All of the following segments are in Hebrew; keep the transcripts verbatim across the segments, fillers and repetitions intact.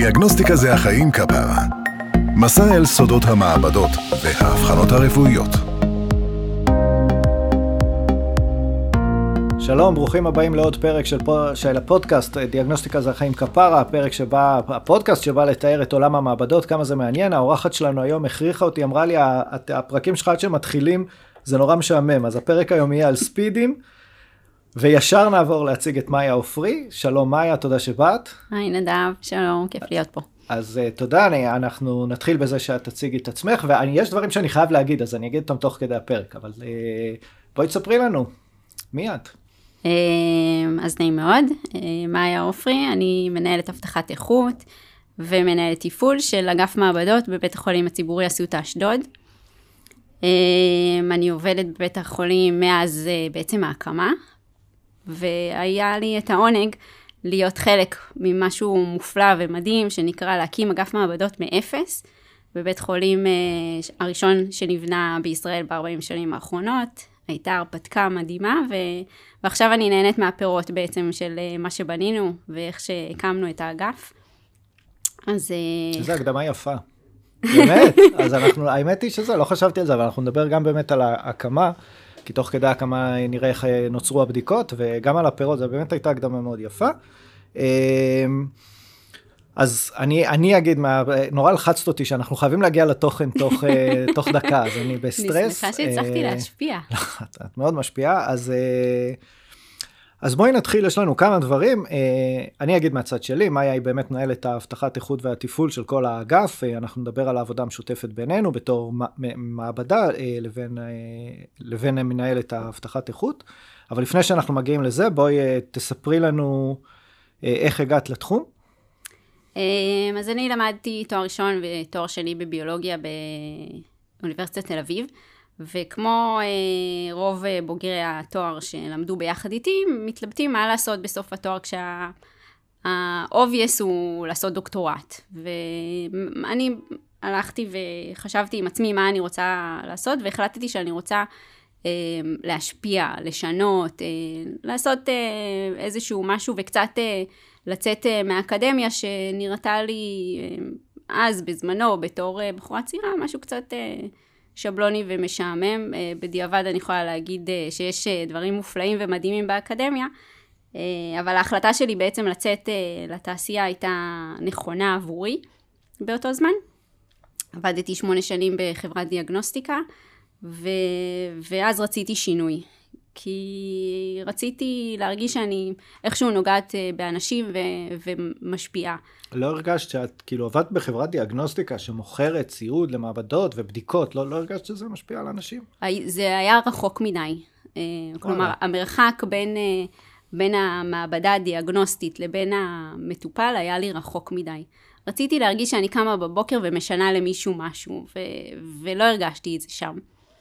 דיאגנוסטיקה זה החיים כפרה. מסע אל סודות המעבדות וההבחנות הרפואיות. שלום, ברוכים הבאים לעוד פרק של, פו, של הפודקאסט דיאגנוסטיקה זה החיים כפרה, הפרק שבא, הפודקאסט שבא לתאר את עולם המעבדות, כמה זה מעניין. האורחת שלנו היום הכריחה אותי, אמרה לי, הפרקים שלך עד שמתחילים זה נורא משעמם, אז הפרק היום יהיה על ספידים, וישר נעבור להציג את מאיה עופרי. שלום מאיה, תודה שבאת. היי נדב, שלום, כיף להיות פה. אז uh, תודה, אני, אנחנו נתחיל בזה שאת תציגי את עצמך, ויש דברים שאני חייב להגיד, אז אני אגיד אותם תוך כדי הפרק, אבל uh, בואי תספרי לנו, מי את? Uh, אז נעים מאוד, uh, מאיה עופרי, אני מנהלת הבטחת איכות, ומנהלת תפעול של אגף מעבדות בבית החולים הציבורי אסותא אשדוד. Uh, אני עובדת בבית החולים מאז uh, בעצם ההקמה, והיה לי את העונג להיות חלק ממשהו מופלא ומדהים, שנקרא להקים אגף מעבדות מאפס, בבית חולים הראשון שנבנה בישראל ב-ארבעים שנים האחרונות. הייתה הרפתקה מדהימה, ו... ועכשיו אני נהנית מהפירות בעצם של מה שבנינו, ואיך שהקמנו את האגף. אז... זו הקדמה יפה. באמת? אז אנחנו, האמת היא שזה, לא חשבתי על זה, אבל אנחנו נדבר גם באמת על ההקמה, כי תוך כדי ההקמה נראה איך נוצרו הבדיקות, וגם על הפירות, זה באמת הייתה הקדמה מאוד יפה. אז אני, אני אגיד, מה, נורא לחצת אותי שאנחנו חייבים להגיע לתוכן תוך, תוך דקה, אז אני בסטרס. אני שמחה שהצלחתי להשפיע. את, את מאוד משפיעה, אז, אז בואי נתחיל, יש לנו כמה דברים. אני אגיד מהצד שלי, מאיה היא באמת מנהלת ההבטחת איכות והתפעול של כל האגף, אנחנו נדבר על העבודה המשותפת בינינו, בתור מעבדה לבין, לבין מנהלת ההבטחת איכות, אבל לפני שאנחנו מגיעים לזה, בואי תספרי לנו איך הגעת לתחום. אז אני למדתי תואר ראשון ותואר שני בביולוגיה באוניברסיטת תל אביב, וכמו רוב בוגרי התואר שלמדו ביחד איתי, מתלבטים מה לעשות בסוף התואר כשה-obvious הוא לעשות דוקטורט. ואני הלכתי וחשבתי עם עצמי מה אני רוצה לעשות, והחלטתי שאני רוצה להשפיע, לשנות, לעשות איזשהו משהו וקצת לצאת מהאקדמיה שנראתה לי אז בזמנו בתור בחורה צעירה, משהו קצת שבלוני ומשעמם. בדיעבד אני יכולה להגיד שיש דברים מופלאים ומדהימים באקדמיה, אבל ההחלטה שלי בעצם לצאת לתעשייה הייתה נכונה עבורי באותו זמן. עבדתי שמונה שנים בחברת דיאגנוסטיקה, ו... ואז רציתי שינוי, כי רציתי להרגיש שאני איכשהו נוגעת באנשים ו... ומשפיעה. לא הרגשת שאת כאילו עבדת בחברת דיאגנוסטיקה שמוכרת ציוד למעבדות ובדיקות, לא, לא הרגשת שזה משפיע על אנשים? זה היה רחוק מדי. כלומר, המרחק בין, בין המעבדה הדיאגנוסטית לבין המטופל היה לי רחוק מדי. רציתי להרגיש שאני קמה בבוקר ומשנה למישהו משהו, ו... ולא הרגשתי את זה שם.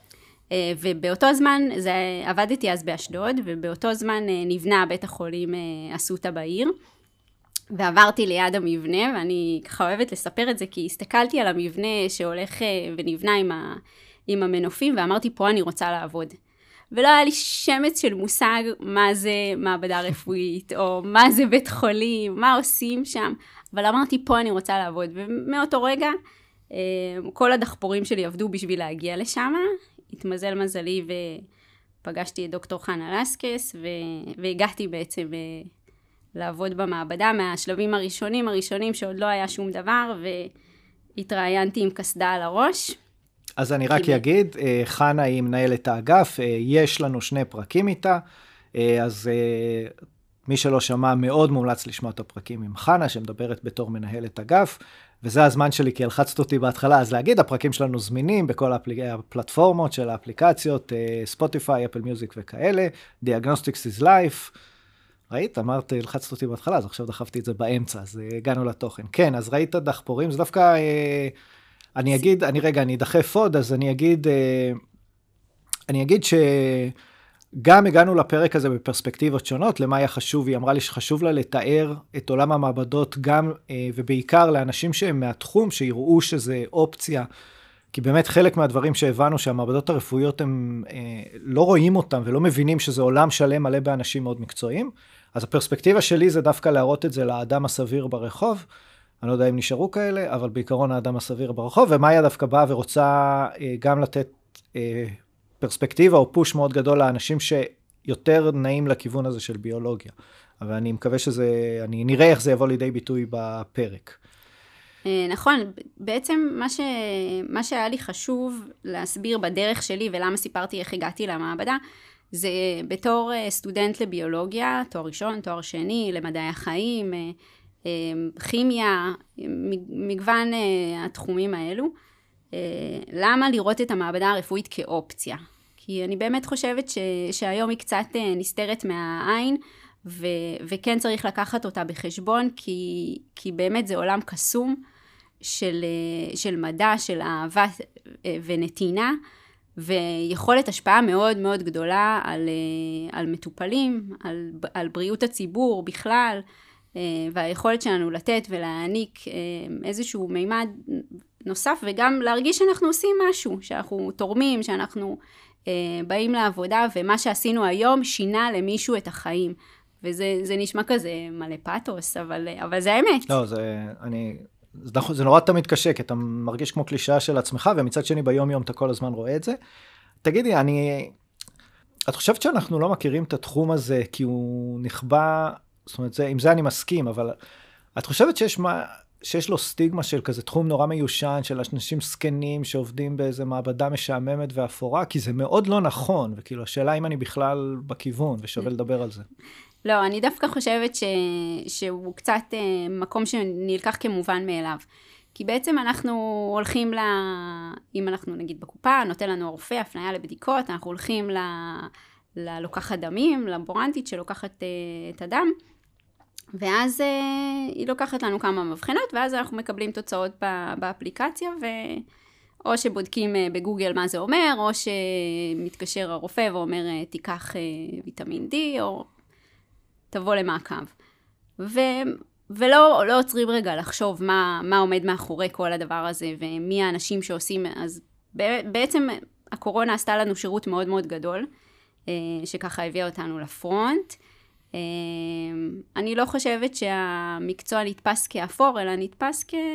ובאותו זמן, זה, עבדתי אז באשדוד, ובאותו זמן נבנה בית החולים אסותא בעיר, ועברתי ליד המבנה, ואני ככה אוהבת לספר את זה, כי הסתכלתי על המבנה שהולך ונבנה עם, ה, עם המנופים, ואמרתי, פה אני רוצה לעבוד. ולא היה לי שמץ של מושג מה זה מעבדה רפואית, או מה זה בית חולים, מה עושים שם, אבל אמרתי, פה אני רוצה לעבוד. ומאותו רגע, כל הדחפורים שלי עבדו בשביל להגיע לשם, התמזל מזלי ופגשתי את דוקטור חנה לסקס, והגעתי בעצם לעבוד במעבדה מהשלבים הראשונים, הראשונים שעוד לא היה שום דבר, והתראיינתי עם קסדה על הראש. אז אני רק אגיד, חנה היא מנהלת האגף, יש לנו שני פרקים איתה, אז מי שלא שמע מאוד מומלץ לשמוע את הפרקים עם חנה, שמדברת בתור מנהלת אגף, וזה הזמן שלי, כי הלחצת אותי בהתחלה, אז להגיד, הפרקים שלנו זמינים בכל הפלטפורמות של האפליקציות, ספוטיפיי, אפל מיוזיק וכאלה, Diagnostics is Life. ראית? אמרת, הלחצת אותי בהתחלה, אז עכשיו דחפתי את זה באמצע, אז הגענו לתוכן. כן, אז ראית דחפורים, זה דווקא, אני אגיד, אני רגע, אני אדחף עוד, אז אני אגיד, אני אגיד ש... גם הגענו לפרק הזה בפרספקטיבות שונות, למה היה חשוב, היא אמרה לי שחשוב לה לתאר את עולם המעבדות גם, ובעיקר לאנשים שהם מהתחום, שיראו שזה אופציה, כי באמת חלק מהדברים שהבנו שהמעבדות הרפואיות הם לא רואים אותם, ולא מבינים שזה עולם שלם מלא באנשים מאוד מקצועיים, אז הפרספקטיבה שלי זה דווקא להראות את זה לאדם הסביר ברחוב, אני לא יודע אם נשארו כאלה, אבל בעיקרון האדם הסביר ברחוב, ומאיה דווקא באה ורוצה גם לתת פרספקטיבה או פוש מאוד גדול לאנשים שיותר נעים לכיוון הזה של ביולוגיה. אבל אני מקווה שזה, אני נראה איך זה יבוא לידי ביטוי בפרק. נכון, בעצם מה, ש... מה שהיה לי חשוב להסביר בדרך שלי ולמה סיפרתי איך הגעתי למעבדה, זה בתור סטודנט לביולוגיה, תואר ראשון, תואר שני, למדעי החיים, כימיה, מגוון התחומים האלו. למה לראות את המעבדה הרפואית כאופציה? כי אני באמת חושבת ש... שהיום היא קצת נסתרת מהעין, ו... וכן צריך לקחת אותה בחשבון, כי, כי באמת זה עולם קסום של, של מדע, של אהבה ונתינה, ויכולת השפעה מאוד מאוד גדולה על, על מטופלים, על, על בריאות הציבור בכלל, והיכולת שלנו לתת ולהעניק איזשהו מימד נוסף, וגם להרגיש שאנחנו עושים משהו, שאנחנו תורמים, שאנחנו באים לעבודה, ומה שעשינו היום שינה למישהו את החיים. וזה זה נשמע כזה מלא פאטוס, אבל, אבל זה האמת. לא, זה, אני, זה, זה נורא תמיד קשה, כי אתה מרגיש כמו קלישאה של עצמך, ומצד שני ביום יום אתה כל הזמן רואה את זה. תגידי, אני, את חושבת שאנחנו לא מכירים את התחום הזה, כי הוא נכבה, זאת אומרת, זה, עם זה אני מסכים, אבל את חושבת שיש מה, שיש לו סטיגמה של כזה תחום נורא מיושן, של אנשים סקנים שעובדים באיזה מעבדה משעממת ואפורה, כי זה מאוד לא נכון, וכאילו השאלה אם אני בכלל בכיוון, ושווה לדבר על זה. לא, אני דווקא חושבת ש... שהוא קצת אה, מקום שנלקח כמובן מאליו. כי בעצם אנחנו הולכים ל... אם אנחנו נגיד בקופה, נותן לנו הרופא, הפניה לבדיקות, אנחנו הולכים ל... ללוקחת דמים, לבורנטית שלוקחת אה, את הדם, ואז אה, היא לוקחת לנו כמה מבחנות, ואז אנחנו מקבלים תוצאות ב... באפליקציה, ו... או שבודקים אה, בגוגל מה זה אומר, או שמתקשר הרופא ואומר, אה, תיקח אה, ויטמין D, או... תבוא למעקב. ו, ולא לא עוצרים רגע לחשוב מה, מה עומד מאחורי כל הדבר הזה, ומי האנשים שעושים, אז בעצם הקורונה עשתה לנו שירות מאוד מאוד גדול, שככה הביא אותנו לפרונט. אני לא חושבת שהמקצוע נתפס כאפור, אלא נתפס כ...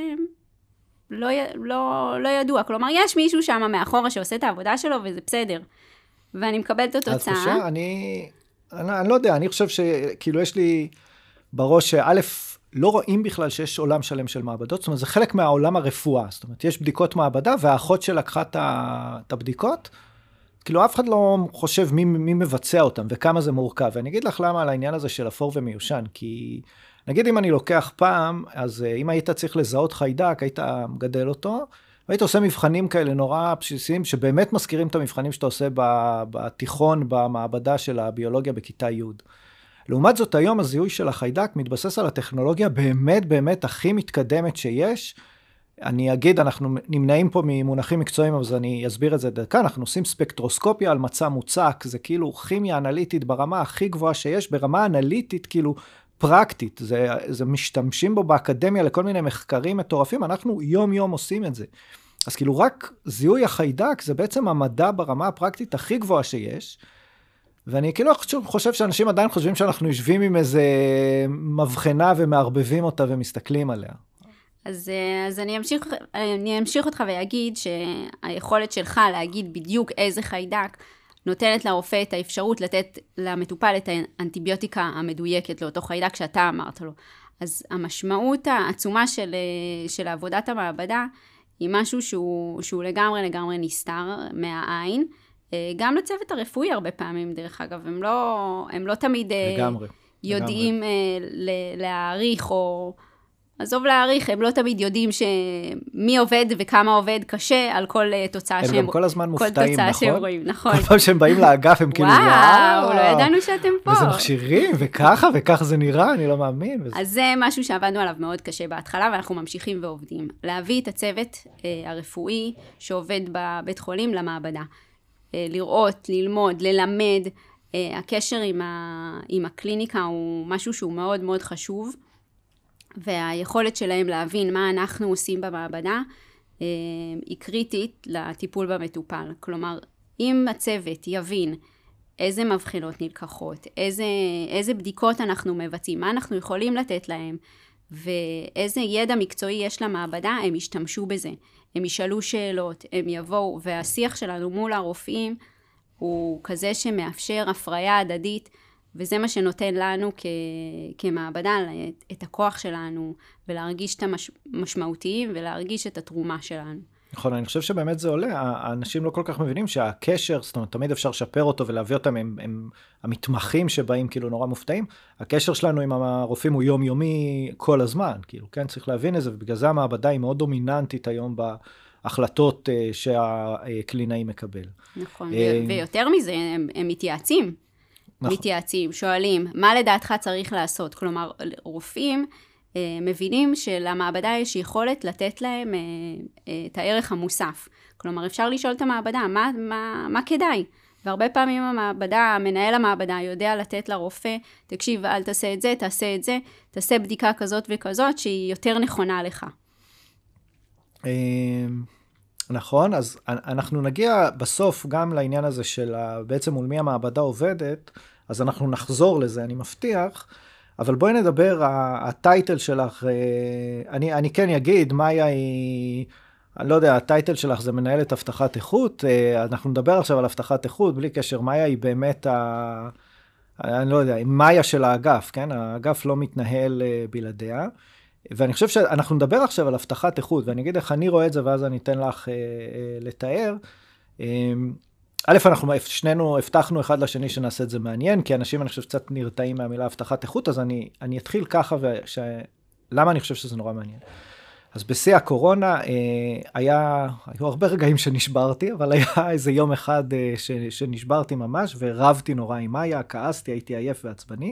לא, לא, לא ידוע. כלומר, יש מישהו שם מאחורה שעושה את העבודה שלו, וזה בסדר. ואני מקבלת את התוצאה. את חושב, אני... אני, אני לא יודע, אני חושב שכאילו יש לי בראש שא' לא רואים בכלל שיש עולם שלם של מעבדות, זאת אומרת, זה חלק מהעולם הרפואה, זאת אומרת, יש בדיקות מעבדה, והאחות שלקחה את הבדיקות, כאילו אף אחד לא חושב מי, מי מבצע אותם, וכמה זה מורכב, ואני אגיד לך למה על העניין הזה של אפור ומיושן, כי נגיד אם אני לוקח פעם, אז אם היית צריך לזהות חיידק, היית מגדל אותו, והיית עושה מבחנים כאלה נורא בסיסיים, שבאמת מזכירים את המבחנים שאתה עושה בתיכון, במעבדה של הביולוגיה בכיתה י'. לעומת זאת, היום הזיהוי של החיידק מתבסס על הטכנולוגיה באמת באמת הכי מתקדמת שיש. אני אגיד, אנחנו נמנעים פה ממונחים מקצועיים, אז אני אסביר את זה דקה. אנחנו עושים ספקטרוסקופיה על מצע מוצק, זה כאילו כימיה אנליטית ברמה הכי גבוהה שיש, ברמה אנליטית כאילו פרקטית. זה, זה משתמשים בו באקדמיה לכל מיני מחקרים מטורפים, אנחנו יום יום עושים את זה. אז כאילו רק זיהוי החיידק זה בעצם המדע ברמה הפרקטית הכי גבוהה שיש, ואני כאילו חושב שאנשים עדיין חושבים שאנחנו יושבים עם איזה מבחנה ומערבבים אותה ומסתכלים עליה. אז, אז אני אמשיך, אני אמשיך אותך ויגיד שהיכולת שלך להגיד בדיוק איזה חיידק נותנת לרופא את האפשרות לתת למטופל את האנטיביוטיקה המדויקת לאותו חיידק שאתה אמרת לו. אז המשמעות העצומה של, של עבודת המעבדה היא משהו שהוא, שהוא לגמרי לגמרי נסתר מהעין. גם לצוות הרפואי הרבה פעמים, דרך אגב, הם לא, הם לא תמיד לגמרי, יודעים לגמרי. להעריך או... עזוב להעריך, הם לא תמיד יודעים שמי עובד וכמה עובד קשה על כל תוצאה שהם... הם גם כל הזמן מופתעים, כל נכון? רואים, נכון. כל פעם שהם באים לאגף הם כאילו, וואו, לא ידענו שאתם פה. וזה מכשירים, וככה, וככה זה נראה, אני לא מאמין. אז זה משהו שעבדנו עליו מאוד קשה בהתחלה, ואנחנו ממשיכים ועובדים. להביא את הצוות הרפואי שעובד בבית חולים למעבדה. לראות, ללמוד, ללמד. הקשר עם, ה... עם הקליניקה הוא משהו שהוא מאוד מאוד חשוב. והיכולת שלהם להבין מה אנחנו עושים במעבדה היא קריטית לטיפול במטופל. כלומר, אם הצוות יבין איזה מבחינות נלקחות, איזה, איזה בדיקות אנחנו מבצעים, מה אנחנו יכולים לתת להם, ואיזה ידע מקצועי יש למעבדה, הם ישתמשו בזה. הם ישאלו שאלות, הם יבואו, והשיח שלנו מול הרופאים הוא כזה שמאפשר הפריה הדדית, וזה מה שנותן לנו כ- כמעבדה את, את הכוח שלנו, ולהרגיש את המשמעותיים, ולהרגיש את התרומה שלנו. נכון, אני חושב שבאמת זה עולה, האנשים לא כל כך מבינים שהקשר, זאת אומרת, תמיד אפשר לשפר אותו ולהביא אותם, הם, הם המתמחים שבאים כאילו נורא מופתעים, הקשר שלנו עם הרופאים הוא יומיומי כל הזמן, כאילו, כן, צריך להבין את זה, ובגלל זה המעבדה היא מאוד דומיננטית היום בהחלטות שהקלינאי מקבל. נכון, ויותר מזה, הם, הם מתייעצים, נכון. מתייעצים, שואלים, מה לדעתך צריך לעשות? כלומר, רופאים, מבינים שלמעבדה יש יכולת לתת להם את הערך המוסף. כלומר, אפשר לשאול את המעבדה, מה, מה, מה כדאי? והרבה פעמים המעבדה, מנהל המעבדה יודע לתת לרופא, תקשיב, אל תעשה את זה, תעשה את זה, תעשה בדיקה כזאת וכזאת, שהיא יותר נכונה לך. נכון, אז אנחנו נגיע בסוף גם לעניין הזה של בעצם מול מי המעבדה עובדת, אז אנחנו נחזור לזה, אני מבטיח, אבל בואי נדבר, הטייטל שלך, אני, אני כן אגיד, מאיה היא, אני לא יודע, הטייטל שלך זה מנהלת הבטחת איכות, אנחנו נדבר עכשיו על הבטחת איכות, בלי קשר, מאיה היא באמת, ה, אני לא יודע, היא מאיה של האגף, כן? האגף לא מתנהל בלעדיה, ואני חושב שאנחנו נדבר עכשיו על הבטחת איכות, ואני אגיד איך אני רואה את זה, ואז אני אתן לך לתאר. א', אנחנו שנינו הבטחנו אחד לשני שנעשה את זה מעניין, כי אנשים אני חושב קצת נרתעים מהמילה הבטחת איכות, אז אני, אני אתחיל ככה, וש... למה אני חושב שזה נורא מעניין. אז בשיא הקורונה אה, היה, היו הרבה רגעים שנשברתי, אבל היה איזה יום אחד אה, ש, שנשברתי ממש, ורבתי נורא עם מאיה, כעסתי, הייתי עייף ועצבני,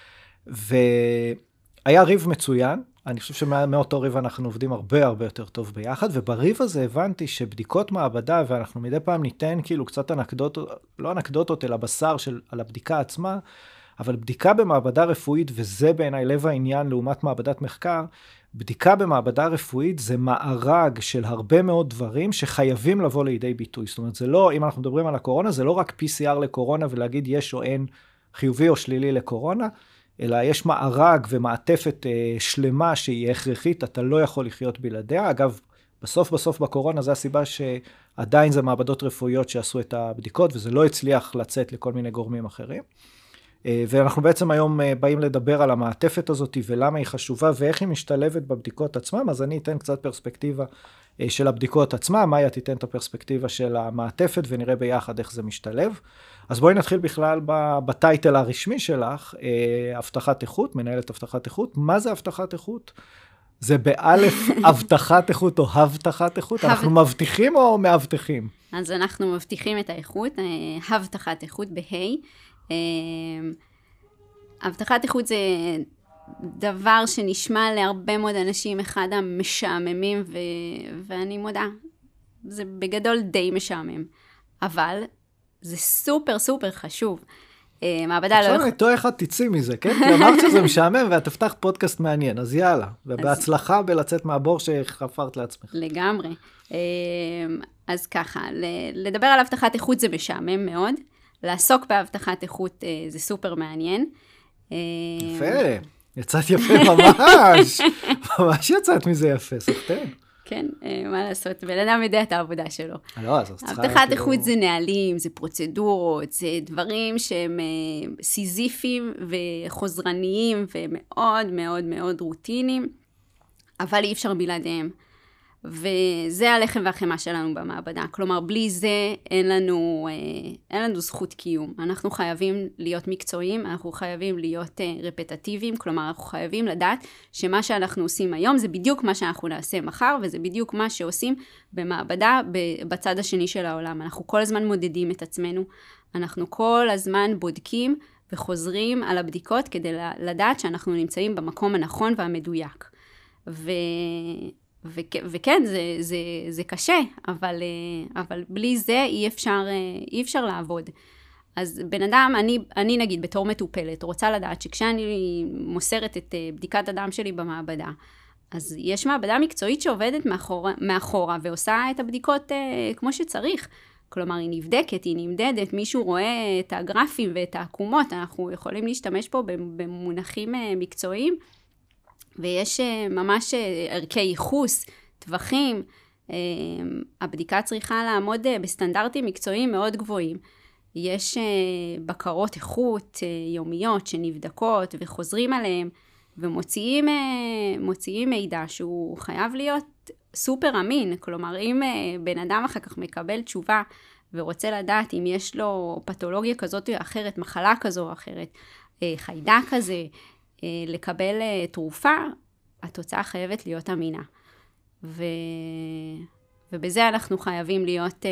והיה ריב מצוין, אני חושב שמאותו ריב אנחנו עובדים הרבה הרבה יותר טוב ביחד, ובריב הזה הבנתי שבדיקות מעבדה, ואנחנו מדי פעם ניתן כאילו קצת אנקדוטות, לא אנקדוטות, אלא בשר של, על הבדיקה עצמה, אבל בדיקה במעבדה רפואית, וזה בעיניי לב העניין לעומת מעבדת מחקר, בדיקה במעבדה רפואית זה מארג של הרבה מאוד דברים שחייבים לבוא לידי ביטוי. זאת אומרת, זה לא, אם אנחנו מדברים על הקורונה, זה לא רק פי סי אר לקורונה ולהגיד יש או אין חיובי או שלילי לקורונה, אלא יש מארג ומעטפת אה, שלמה שהיא הכרחית, אתה לא יכול לחיות בלעדיה. אגב, בסוף בסוף בקורונה זה הסיבה שעדיין זה מעבדות רפואיות שעשו את הבדיקות, וזה לא הצליח לצאת לכל מיני גורמים אחרים. אה, ואנחנו בעצם היום אה, באים לדבר על המעטפת הזאת ולמה היא חשובה ואיך היא משתלבת בבדיקות עצמם, אז אני אתן קצת פרספקטיבה אה, של הבדיקות עצמם, מאיה תיתן את הפרספקטיבה של המעטפת ונראה ביחד איך זה משתלב. אז בואי נתחיל בכלל בטייטל הרשמי שלך, הבטחת איכות, מנהלת הבטחת איכות. מה זה הבטחת איכות? זה באלף הבטחת איכות או הבטחת איכות? אנחנו מבטיחים או מאבטחים? אז אנחנו מבטיחים את האיכות, הבטחת איכות בהי. הבטחת איכות זה דבר שנשמע להרבה מאוד אנשים אחד המשעממים, ו... ואני מודה, זה בגדול די משעמם. אבל זה סופר סופר חשוב. מעבדה לא... עכשיו איתו אחד תצאי מזה, כן? כי אמרת שזה משעמם ואת תפתח פודקאסט מעניין, אז יאללה. ובהצלחה בלצאת מהבור שחפרת לעצמך. לגמרי. אז ככה, לדבר על הבטחת איכות זה משעמם מאוד. לעסוק בהבטחת איכות זה סופר מעניין. יפה. יצאת יפה ממש. ממש יצאת מזה יפה, סחטן. כן, מה לעשות, בן אדם יודע את העבודה שלו. לא, אז צריכה... הבטחת איכות זה נהלים, זה פרוצדורות, זה דברים שהם סיזיפיים וחוזרניים ומאוד מאוד מאוד רוטיניים, אבל אי אפשר בלעדיהם. וזה הלחם והחמה שלנו במעבדה. כלומר, בלי זה אין לנו, אין לנו זכות קיום. אנחנו חייבים להיות מקצועיים, אנחנו חייבים להיות רפטטיביים, כלומר, אנחנו חייבים לדעת שמה שאנחנו עושים היום זה בדיוק מה שאנחנו נעשה מחר, וזה בדיוק מה שעושים במעבדה בצד השני של העולם. אנחנו כל הזמן מודדים את עצמנו, אנחנו כל הזמן בודקים וחוזרים על הבדיקות כדי לדעת שאנחנו נמצאים במקום הנכון והמדויק. ו... וכ- וכן, זה, זה, זה קשה, אבל, אבל בלי זה אי אפשר, אי אפשר לעבוד. אז בן אדם, אני, אני נגיד בתור מטופלת, רוצה לדעת שכשאני מוסרת את בדיקת הדם שלי במעבדה, אז יש מעבדה מקצועית שעובדת מאחורה, מאחורה ועושה את הבדיקות כמו שצריך. כלומר, היא נבדקת, היא נמדדת, מישהו רואה את הגרפים ואת העקומות, אנחנו יכולים להשתמש פה במונחים מקצועיים, ויש ממש ערכי ייחוס, טווחים, הבדיקה צריכה לעמוד בסטנדרטים מקצועיים מאוד גבוהים. יש בקרות איכות יומיות שנבדקות וחוזרים עליהם, ומוציאים מוציאים מידע שהוא חייב להיות סופר אמין. כלומר, אם בן אדם אחר כך מקבל תשובה ורוצה לדעת אם יש לו פתולוגיה כזאת או אחרת, מחלה כזו או אחרת, חיידק כזה, לקבל תרופה, התוצאה חייבת להיות אמינה. ו... ובזה אנחנו חייבים להיות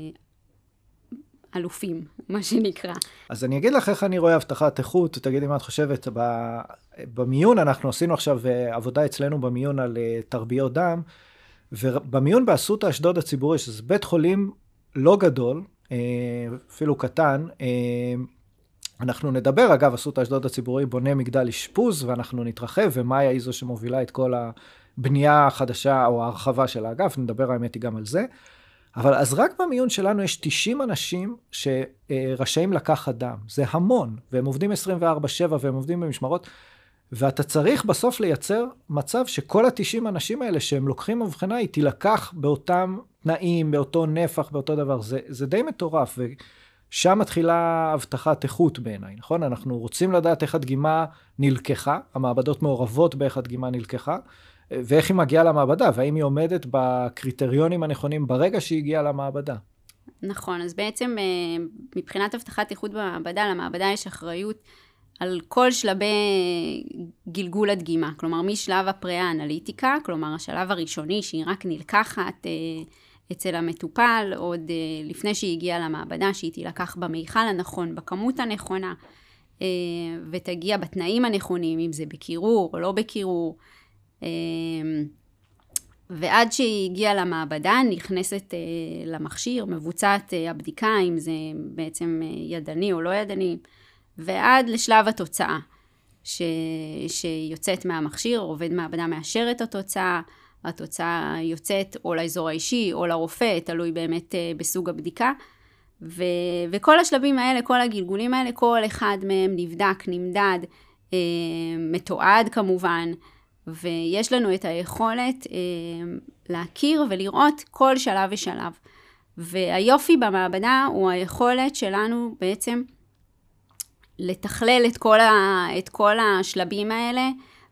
אלופים, מה שנקרא. אז אני אגיד לך איך אני רואה הבטחת איכות, תגידי מה את חושבת. במיון אנחנו עשינו עכשיו עבודה אצלנו במיון על תרביות דם, ובמיון באסותא אשדוד הציבורי, שזה בית חולים לא גדול, אפילו קטן, אנחנו נדבר, אגב, אסותא אשדוד הציבורי בונה מגדל אשפוז, ואנחנו נתרחב, ומאיה היא זו שמובילה את כל הבנייה החדשה או ההרחבה של האגף, נדבר האמת היא גם על זה. אבל אז רק במיון שלנו יש תשעים אנשים שרשאים לקחת דם. זה המון, והם עובדים עשרים וארבע שבע, והם עובדים במשמרות, ואתה צריך בסוף לייצר מצב שכל ה-תשעים אנשים האלה שהם לוקחים מבחנה, היא תילקח באותם תנאים, באותו נפח, באותו דבר. זה, זה די מטורף, ושם מתחילה הבטחת איכות בעיניי, נכון? אנחנו רוצים לדעת איך הדגימה נלקחה, המעבדות מעורבות באיך הדגימה נלקחה, ואיך היא מגיעה למעבדה, והאם היא עומדת בקריטריונים הנכונים ברגע שהיא הגיעה למעבדה. נכון, אז בעצם מבחינת הבטחת איכות במעבדה, למעבדה יש אחריות על כל שלבי גלגול הדגימה, כלומר משלב הפרה-אנליטיקה, כלומר השלב הראשוני שהיא רק נלקחת אצל המטופל, עוד לפני שהיא הגיעה למעבדה, שהיא תילקח במיכל הנכון, בכמות הנכונה, ותגיע בתנאים הנכונים, אם זה בקירור או לא בקירור, ועד שהיא הגיעה למעבדה, נכנסת למכשיר, מבוצעת הבדיקה, אם זה בעצם ידני או לא ידני, ועד לשלב התוצאה, ש... שיוצאת מהמכשיר, עובד מעבדה מאשר את התוצאה, התוצאה יוצאת או לאזור האישי או לרופא, תלוי באמת בסוג הבדיקה, ו... וכל השלבים האלה, כל הגלגולים האלה, כל אחד מהם נבדק, נמדד, מתועד כמובן, ויש לנו את היכולת להכיר ולראות כל שלב ושלב. והיופי במעבדה הוא היכולת שלנו בעצם לתכלל את כל, ה, את כל השלבים האלה,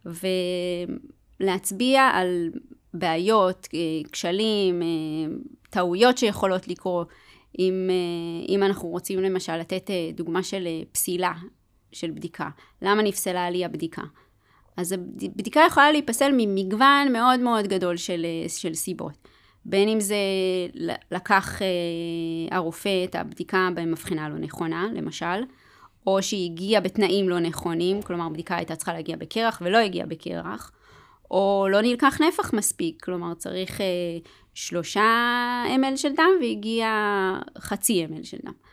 ולהצביע על בעיות, כשלים, טעויות שיכולות לקרות. אם, אם אנחנו רוצים למשל לתת דוגמה של פסילה של בדיקה, למה נפסלה לי הבדיקה? אז הבדיקה יכולה להיפסל ממגוון מאוד מאוד גדול של, של סיבות. בין אם זה לקח הרופא את הבדיקה במבחנה לא נכונה, למשל, או שהיא הגיעה בתנאים לא נכונים, כלומר בדיקה הייתה צריכה להגיע בקרח ולא הגיעה בקרח, או לא נלקח נפח מספיק, כלומר צריך שלושה אם אל של דם והגיע חצי אם אל של דם.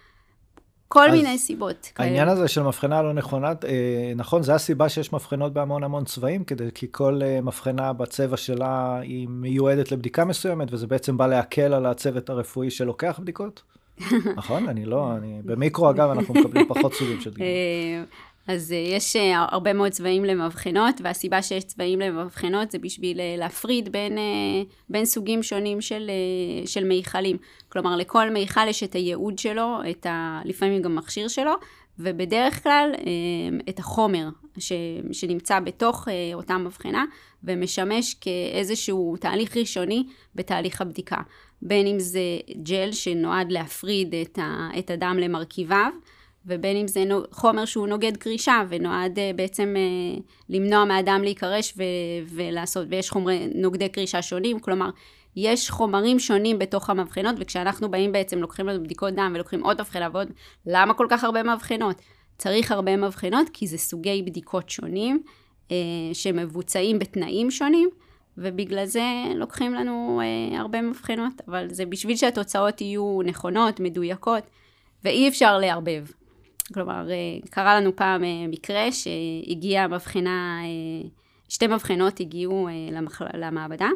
כל מיני סיבות. העניין הזה של מבחנה לא נכונה, נכון, זה הסיבה שיש מבחנות בהמון המון צבעים, כדי, כי כל מבחנה בצבע שלה היא מיועדת לבדיקה מסוימת, וזה בעצם בא להקל על הצוות הרפואי שלוקח בדיקות. נכון? אני לא, אני, במיקרו אגב אנחנו מקבלים פחות סוגים של דגימות. אז יש הרבה מאוד צבעים למבחנות, והסיבה שיש צבעים למבחנות זה בשביל להפריד בין, בין סוגים שונים של, של מיכלים. כלומר, לכל מיכל יש את הייעוד שלו, את ה, לפעמים גם מכשיר שלו, ובדרך כלל את החומר ש, שנמצא בתוך אותה מבחנה, ומשמש כאיזשהו תהליך ראשוני בתהליך הבדיקה. בין אם זה ג'ל שנועד להפריד את, ה, את הדם למרכיביו, ובין אם זה חומר שהוא נוגד קרישה, ונועד בעצם למנוע מהאדם להיקרש ו- ולעשות, ויש חומרי נוגדי קרישה שונים, כלומר, יש חומרים שונים בתוך המבחנות, וכשאנחנו באים בעצם לוקחים לנו בדיקות דם, ולוקחים עוד מבחנה ועוד, למה כל כך הרבה מבחנות? צריך הרבה מבחנות, כי זה סוגי בדיקות שונים, שמבוצעים בתנאים שונים, ובגלל זה לוקחים לנו הרבה מבחנות, אבל זה בשביל שהתוצאות יהיו נכונות, מדויקות, ואי אפשר לערבב. כלומר, קרה לנו פעם מקרה שהגיעה מבחנה, שתי מבחנות הגיעו למעבדה,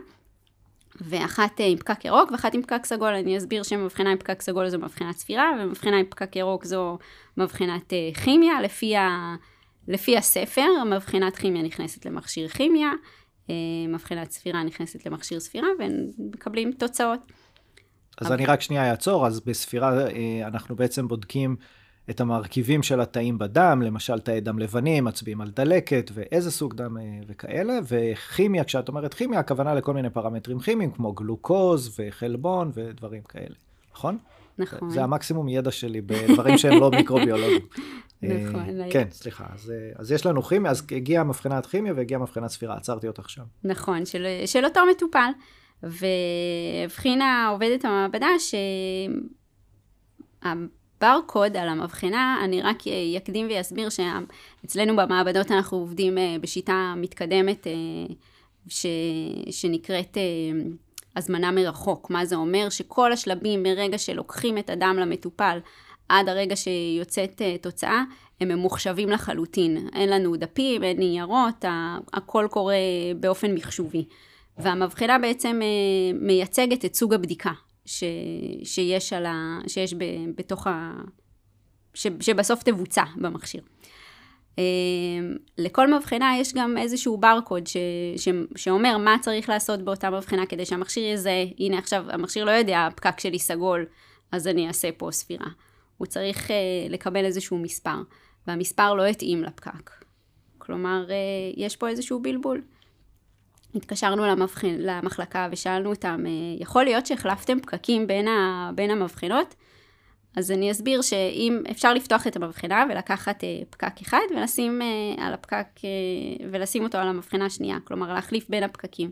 ואחת עם פקק ירוק ואחת עם פקק סגול. אני אסביר שמבחנה עם פקק סגול זו מבחנת ספירה, ומבחנה עם פקק ירוק זו מבחנת כימיה, לפי, ה, לפי הספר, מבחינת כימיה נכנסת למכשיר כימיה, מבחינת ספירה נכנסת למכשיר ספירה, ומקבלים תוצאות. אז אבל... אני רק שנייה אעצור, אז בספירה אנחנו בעצם בודקים את המרכיבים של התאים בדם, למשל תאי דם לבנים, מצביעים על דלקת ואיזה סוג דם וכאלה, וכימיה, כשאת אומרת כימיה, הכוונה לכל מיני פרמטרים כימיים, כמו גלוקוז וחלבון ודברים כאלה, נכון? נכון. זה המקסימום ידע שלי בדברים שהם לא מיקרוביולוגיים. נכון. כן, סליחה. אז, אז יש לנו כימיה, אז הגיעה מבחינת כימיה והגיעה מבחינת ספירה, עצרתי אותך שם. נכון, של, של אותו מטופל. והבחינה עובדת המעבדה שהברקוד על המבחינה, אני רק יקדים ויסביר שאצלנו במעבדות אנחנו עובדים בשיטה מתקדמת ש, שנקראת הזמנה מרחוק. מה זה אומר? שכל השלבים מרגע שלוקחים את הדם למטופל עד הרגע שיוצאת תוצאה, הם ממוחשבים לחלוטין. אין לנו דפים, אין ניירות, הכל קורה באופן מחשובי. והמבחינה בעצם מייצגת את סוג הבדיקה ש, שיש, על ה, שיש ב, בתוך ה... ש, שבסוף תבוצע במכשיר. לכל מבחינה יש גם איזשהו ברקוד ש, ש, שאומר מה צריך לעשות באותה מבחינה כדי שהמכשיר יזהה. הנה עכשיו המכשיר לא יודע, הפקק שלי סגול, אז אני אעשה פה ספירה. הוא צריך לקבל איזשהו מספר, והמספר לא יתאים לפקק. כלומר, יש פה איזשהו בלבול. התקשרנו למבחין, למחלקה ושאלנו אותם, יכול להיות שהחלפתם פקקים בין, ה, בין המבחינות? אז אני אסביר שאם אפשר לפתוח את המבחינה ולקחת פקק אחד ולשים על הפקק, ולשים אותו על המבחינה השנייה, כלומר להחליף בין הפקקים.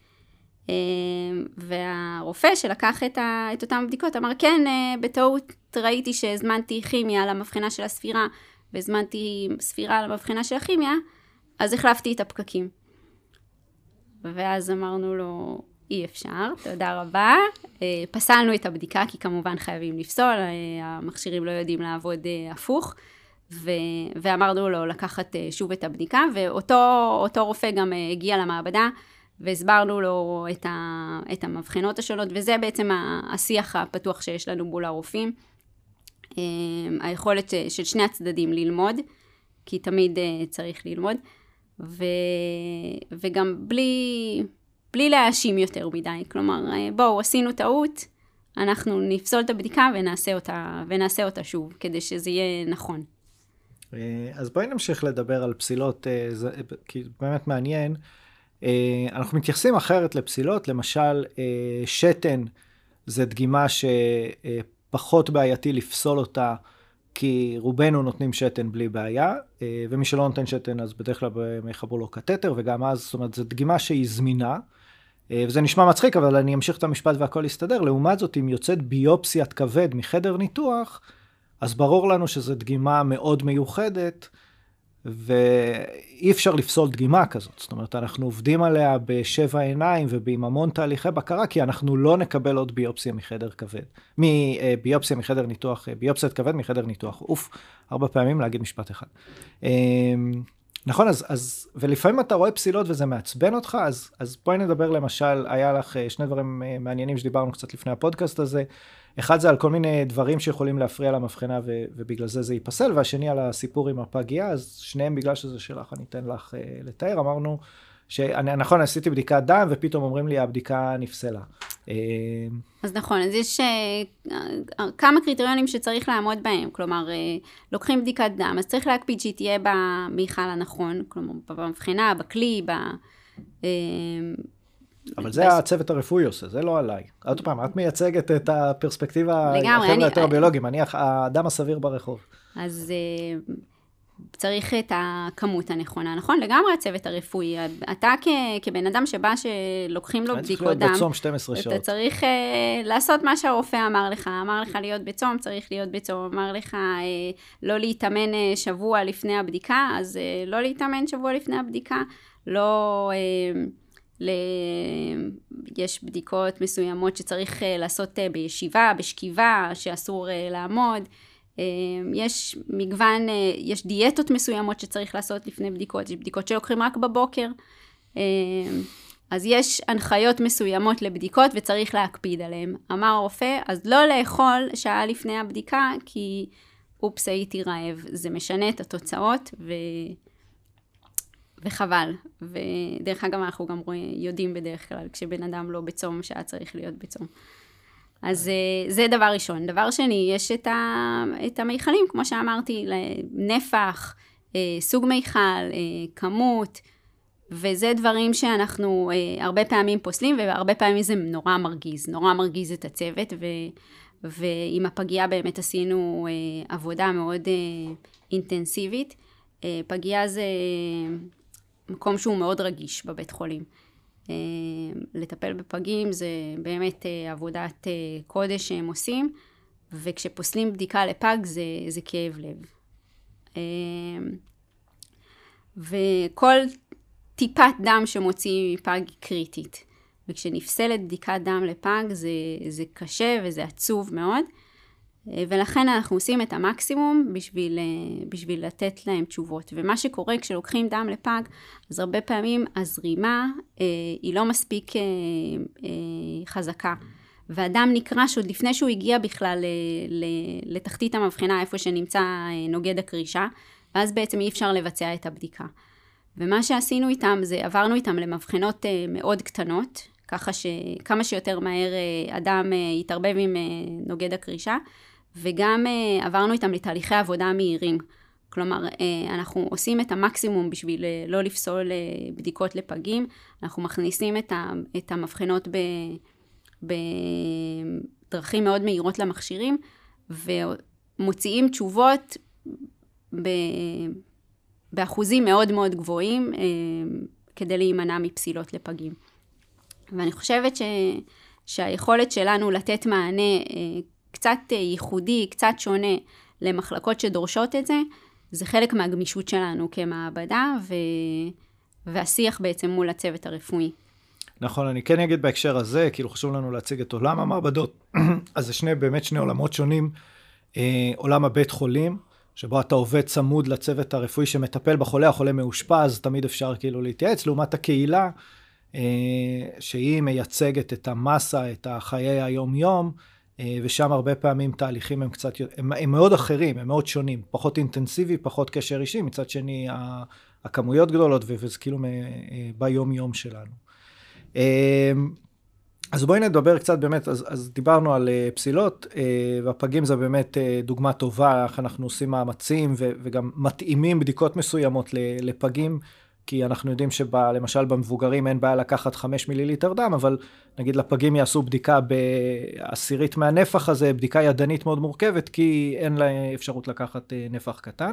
והרופא שלקח את, ה, את אותם בדיקות אמר, כן, בטעות ראיתי שהזמנתי כימיה על המבחינה של הספירה, והזמנתי ספירה על המבחינה של הכימיה, אז החלפתי את הפקקים. ואז אמרנו לו, אי אפשר, תודה רבה. פסלנו את הבדיקה, כי כמובן חייבים לפסול, המכשירים לא יודעים לעבוד הפוך, ו- ואמרנו לו לקחת שוב את הבדיקה, ואותו אותו רופא גם הגיע למעבדה, והסברנו לו את, ה- את המבחינות השונות, וזה בעצם השיח הפתוח שיש לנו מול הרופאים, היכולת של שני הצדדים ללמוד, כי תמיד צריך ללמוד, ו... וגם בלי, בלי להאשים יותר מדי. כלומר, בואו, עשינו טעות, אנחנו נפסול את הבדיקה ונעשה אותה, ונעשה אותה שוב, כדי שזה יהיה נכון. אז בואי נמשיך לדבר על פסילות, כי באמת מעניין. אנחנו מתייחסים אחרת לפסילות, למשל, שתן זה דגימה שפחות בעייתי לפסול אותה, כי רובנו נותנים שתן בלי בעיה, ומי שלא נותן שתן אז בדרך כלל מחברו לו קטטר, וגם אז, זאת אומרת, זו דגימה שהיא זמינה, וזה נשמע מצחיק, אבל אני אמשיך את המשפט והכל יסתדר. לעומת זאת, אם יוצאת ביופסיית כבד מחדר ניתוח, אז ברור לנו שזו דגימה מאוד מיוחדת, ואי אפשר לפסול דגימה כזאת. זאת אומרת, אנחנו עובדים עליה בשבע עיניים ובעם המון תהליכי בקרה, כי אנחנו לא נקבל עוד ביופסיה מחדר כבד. מביופסיה מחדר ניתוח, ביופסיית כבד מחדר ניתוח. אוף, ארבע פעמים להגיד משפט אחד. נכון, אז, אז, ולפעמים אתה רואה פסילות וזה מעצבן אותך, אז, אז בואי נדבר למשל, היה לך שני דברים מעניינים שדיברנו קצת לפני הפודקאסט הזה. אחד זה על כל מיני דברים שיכולים להפריע למבחנה ו- ובגלל זה זה ייפסל, והשני על הסיפור עם הפגיעה, אז שניהם בגלל שזה שלך, אני אתן לך uh, לתאר. אמרנו שאני, נכון, עשיתי בדיקת דם ופתאום אומרים לי הבדיקה נפסלה. אז נכון, אז יש uh, כמה קריטריונים שצריך לעמוד בהם, כלומר, uh, לוקחים בדיקת דם, אז צריך להקפיד שהיא תהיה במיכל הנכון, כלומר, במבחנה, בכלי, ב... Uh, אבל זה הצוות הרפואי עושה, זה לא עליי. עוד פעם, את מייצגת את הפרספקטיבה החבר'ה יותר ביולוגים, אני האדם הסביר ברחוב. אז צריך את הכמות הנכונה, נכון? לגמרי הצוות הרפואי. אתה כבן אדם שבא שלוקחים לו בדיקות דם, צריך להיות בצום שתים עשרה שעות. אתה צריך לעשות מה שהרופא אמר לך, אמר לך להיות בצום, צריך להיות בצום, אמר לך לא להתאמן שבוע לפני הבדיקה, אז לא להתאמן שבוע לפני הבדיקה, לא... ל... יש בדיקות מסוימות שצריך לעשות בישיבה, בשכיבה, שאסור לעמוד. יש מגוון, יש דיאטות מסוימות שצריך לעשות לפני בדיקות, יש בדיקות שלוקחים רק בבוקר. אז יש הנחיות מסוימות לבדיקות וצריך להקפיד עליהן. אמר הרופא, אז לא לאכול שעה לפני הבדיקה, כי אופס, הייתי רעב. זה משנה את התוצאות, ו... וחבל. ודרך אגב, אנחנו גם יודעים בדרך כלל, כשבן אדם לא בצום, שהיה צריך להיות בצום. אז זה דבר ראשון. דבר שני, יש את, ה... את המיכלים, כמו שאמרתי, נפח, סוג מיכל, כמות, וזה דברים שאנחנו הרבה פעמים פוסלים, והרבה פעמים זה נורא מרגיז, נורא מרגיז את הצוות, ו... ועם הפגיעה באמת עשינו עבודה מאוד אינטנסיבית. פגיעה זה מקום שהוא מאוד רגיש בבית חולים. לטפל בפגים זה באמת עבודת קודש שהם עושים, וכשפוסלים בדיקה לפג זה, זה כאב לב. וכל טיפת דם שמוציא מפג היא קריטית. וכשנפסלת בדיקת דם לפג זה, זה קשה וזה עצוב מאוד. ולכן אנחנו עושים את המקסימום בשביל, בשביל לתת להם תשובות. ומה שקורה כשלוקחים דם לפג, אז הרבה פעמים הזרימה אה, היא לא מספיק אה, אה, חזקה. והדם נקרש עוד לפני שהוא הגיע בכלל ל, ל, לתחתית המבחנה, איפה שנמצא נוגד הקרישה, ואז בעצם אי אפשר לבצע את הבדיקה. ומה שעשינו איתם זה עברנו איתם למבחנות אה, מאוד קטנות, ככה שכמה שיותר מהר אה, אדם אה, יתערבב עם אה, נוגד הקרישה, וגם uh, עברנו איתם לתהליכי עבודה מהירים. כלומר, uh, אנחנו עושים את המקסימום בשביל uh, לא לפסול uh, בדיקות לפגים. אנחנו מכניסים את, ה, את המבחנות בדרכים מאוד מהירות למכשירים, ומוציאים תשובות ב, באחוזים מאוד מאוד גבוהים, uh, כדי להימנע מפסילות לפגים. ואני חושבת ש, שהיכולת שלנו לתת מענה uh, קצת ייחודי, קצת שונה למחלקות שדורשות את זה, זה חלק מהגמישות שלנו כמעבדה, ו... והשיח בעצם מול הצוות הרפואי. נכון, אני כן אגיד בהקשר הזה, כאילו חשוב לנו להציג את עולם המעבדות, אז זה שני, באמת שני עולמות שונים, אה, עולם הבית חולים, שבו אתה עובד צמוד לצוות הרפואי שמטפל בחולה, החולה מאושפז, תמיד אפשר כאילו להתייעץ, לעומת הקהילה, אה, שהיא מייצגת את המסה, את החיי היום-יום, ושם הרבה פעמים תהליכים הם קצת, הם, הם מאוד אחרים, הם מאוד שונים, פחות אינטנסיבי, פחות קשר אישי, מצד שני הכמויות גדולות, וזה כאילו ביום יום שלנו. אז בואי נדבר קצת באמת, אז, אז דיברנו על פסילות, והפגים זה באמת דוגמה טובה, איך אנחנו עושים מאמצים, ו, וגם מתאימים בדיקות מסוימות לפגים, כי אנחנו יודעים שלמשל במבוגרים אין בעיה לקחת חמש מיליליטר דם, אבל נגיד לפגים יעשו בדיקה בעשירית מהנפח הזה, בדיקה ידנית מאוד מורכבת, כי אין לה אפשרות לקחת נפח קטן.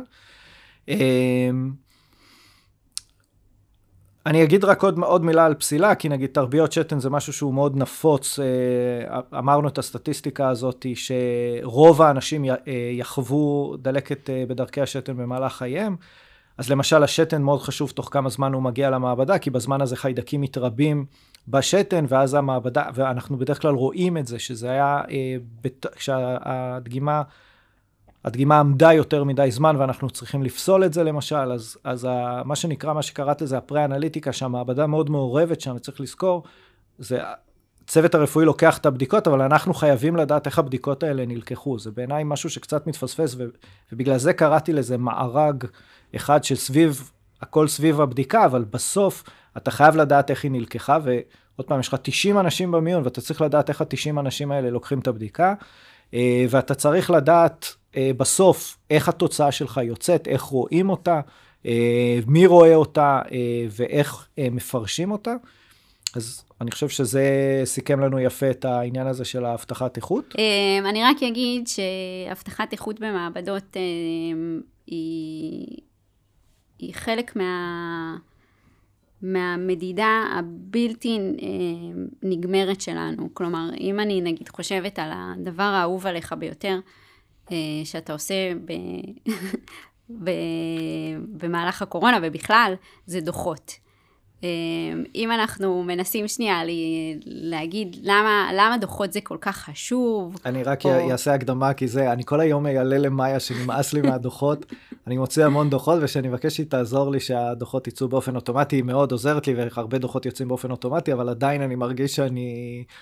אני אגיד רק עוד, עוד מילה על פסילה, כי נגיד תרביות שתן זה משהו שהוא מאוד נפוץ, אמרנו את הסטטיסטיקה הזאת, שרוב האנשים יחוו דלקת בדרכי השתן במהלך חייהם, אז למשל השתן מאוד חשוב תוך כמה זמן הוא מגיע למעבדה, כי בזמן הזה חיידקים מתרבים בשתן, ואז המעבדה, ואנחנו בדרך כלל רואים את זה, שזה היה, אה, בת, כשהדגימה, הדגימה עמדה יותר מדי זמן, ואנחנו צריכים לפסול את זה למשל, אז, אז ה, מה שנקרא, מה שקראת זה הפרה-אנליטיקה, שהמעבדה מאוד מעורבת שם, וצריך לזכור, זה, צוות הרפואי לוקח את הבדיקות, אבל אנחנו חייבים לדעת איך הבדיקות האלה נלקחו, זה בעיניי משהו שקצת מתפספס, ו, ובגלל זה קראתי לזה מארג, אחד שסביב, הכל סביב הבדיקה, אבל בסוף אתה חייב לדעת איך היא נלקחה, ועוד פעם, יש לך תשעים אנשים במיון, ואתה צריך לדעת איך ה-תשעים אנשים האלה לוקחים את הבדיקה, ואתה צריך לדעת בסוף איך התוצאה שלך יוצאת, איך רואים אותה, מי רואה אותה, ואיך מפרשים אותה. אז אני חושב שזה סיכם לנו יפה את העניין הזה של ההבטחת איכות. אני רק אגיד שהבטחת איכות במעבדות היא... היא חלק מה, מהמדידה הבלתי נגמרת שלנו. כלומר, אם אני נגיד חושבת על הדבר האהוב עליך ביותר, שאתה עושה ב, ב, במהלך הקורונה ובכלל, זה דוחות. אם אנחנו מנסים שנייה להגיד למה, למה דוחות זה כל כך חשוב. אני רק או... אעשה הקדמה, כי זה, אני כל היום אעלה למאיה שנמאס לי מהדוחות, אני מוצא המון דוחות, ושאני מבקש שהיא תעזור לי שהדוחות יצאו באופן אוטומטי, היא מאוד עוזרת לי, והרבה דוחות יוצאים באופן אוטומטי, אבל עדיין אני מרגיש שאני,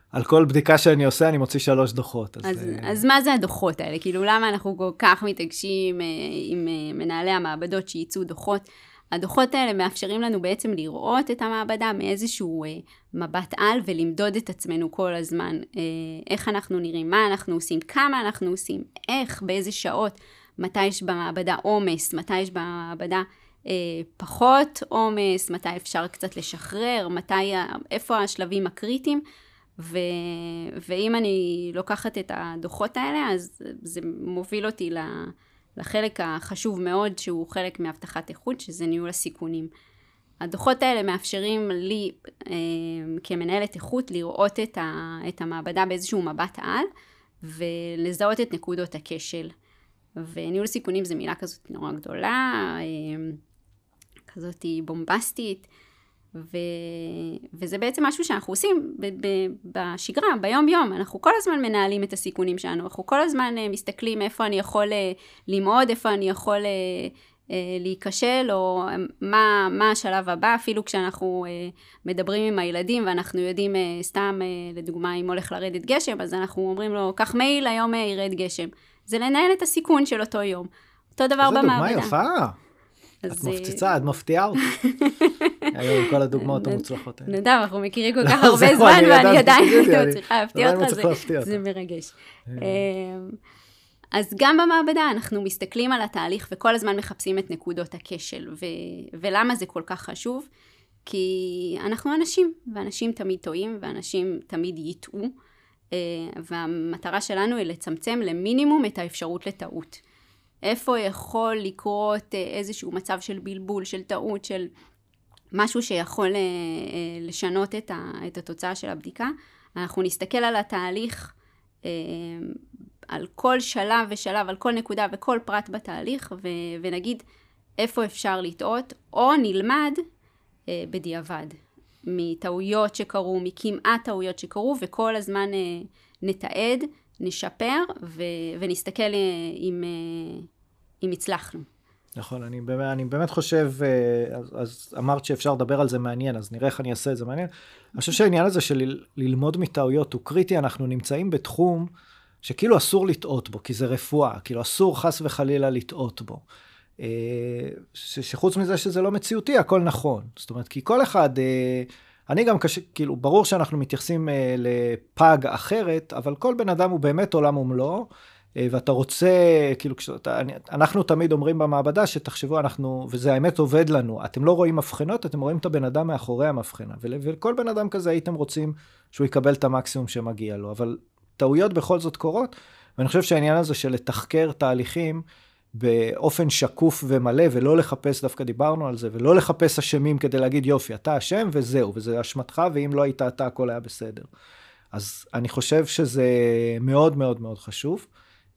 על כל בדיקה שאני עושה, אני מוציא שלוש דוחות. אז, אז, אז מה זה הדוחות האלה? כאילו, למה אנחנו כל כך מתעקשים עם מנהלי המעבדות שייצאו דוחות? הדוחות האלה מאפשרים לנו בעצם לראות את המעבדה מאיזשהו אה, מבט על ולמדוד את עצמנו כל הזמן. אה, איך אנחנו נראים, מה אנחנו עושים, כמה אנחנו עושים, איך, באיזה שעות, מתי יש במעבדה עומס, מתי יש במעבדה אה, פחות עומס, מתי אפשר קצת לשחרר, מתי, איפה השלבים הקריטיים. ו... ואם אני לוקחת את הדוחות האלה, אז זה מוביל אותי ל... לחלק החשוב מאוד, שהוא חלק מהבטחת איכות, שזה ניהול הסיכונים. הדוחות האלה מאפשרים לי, אה, כמנהלת איכות, לראות את, ה... את המעבדה באיזשהו מבט על, ולזהות את נקודות הכשל. וניהול סיכונים זה מילה כזאת נורא גדולה, אה, כזאת בומבסטית, ו... וזה בעצם משהו שאנחנו עושים ב- ב- בשגרה, ביום יום. אנחנו כל הזמן מנהלים את הסיכונים שלנו, אנחנו כל הזמן uh, מסתכלים איפה אני יכול uh, ללמוד, איפה אני יכול uh, uh, להיכשל, או מה, מה השלב הבא, אפילו כשאנחנו uh, מדברים עם הילדים, ואנחנו יודעים uh, סתם, uh, לדוגמה, אם הולך לרדת גשם, אז אנחנו אומרים לו, קח מייל, היום uh, ירד גשם. זה לנהל את הסיכון של אותו יום. אותו דבר במעבדה. זו דוגמה יפה. את מפציצה, את מפתיעה אותי. היום כל הדוגמאות המוצלחות האלה. נדב, אנחנו מכירים כל כך הרבה זמן, ואני עדיין צריכה להפתיע אותך, זה מרגש. אז גם במעבדה אנחנו מסתכלים על התהליך, וכל הזמן מחפשים את נקודות הכשל. ולמה זה כל כך חשוב? כי אנחנו אנשים, ואנשים תמיד טועים, ואנשים תמיד יטעו, והמטרה שלנו היא לצמצם למינימום את האפשרות לטעות. איפה יכול לקרות איזשהו מצב של בלבול, של טעות, של משהו שיכול לשנות את, ה, את התוצאה של הבדיקה. אנחנו נסתכל על התהליך, על כל שלב ושלב, על כל נקודה וכל פרט בתהליך, ו, ונגיד איפה אפשר לטעות, או נלמד בדיעבד, מטעויות שקרו, מכמעט טעויות שקרו, וכל הזמן נתעד, נשפר, ו, ונסתכל אם, אם הצלחנו. נכון, אני באמת, אני באמת חושב, אז, אז אמרת שאפשר לדבר על זה מעניין, אז נראה איך אני אעשה את זה מעניין. אני חושב שהעניין הזה של ללמוד מטעויות הוא קריטי, אנחנו נמצאים בתחום שכאילו אסור לטעות בו, כי זה רפואה, כאילו אסור חס וחלילה לטעות בו. ש, שחוץ מזה שזה לא מציאותי, הכל נכון. זאת אומרת, כי כל אחד, אני גם קשה, כאילו, ברור שאנחנו מתייחסים לפג אחרת, אבל כל בן אדם הוא באמת עולם ומלואו, ואתה רוצה, כאילו, כשאתה, אנחנו תמיד אומרים במעבדה שתחשבו, אנחנו, וזה האמת עובד לנו, אתם לא רואים מבחנות, אתם רואים את הבן אדם מאחורי המבחנה, וכל בן אדם כזה הייתם רוצים שהוא יקבל את המקסימום שמגיע לו, אבל טעויות בכל זאת קורות, ואני חושב שהעניין הזה של לתחקר תהליכים באופן שקוף ומלא, ולא לחפש, דווקא דיברנו על זה, ולא לחפש אשמים כדי להגיד יופי, אתה אשם וזהו, וזה אשמתך, ואם לא היית אתה, הכל היה בסדר. אז אני חושב שזה מאוד מאוד מאוד חשוב.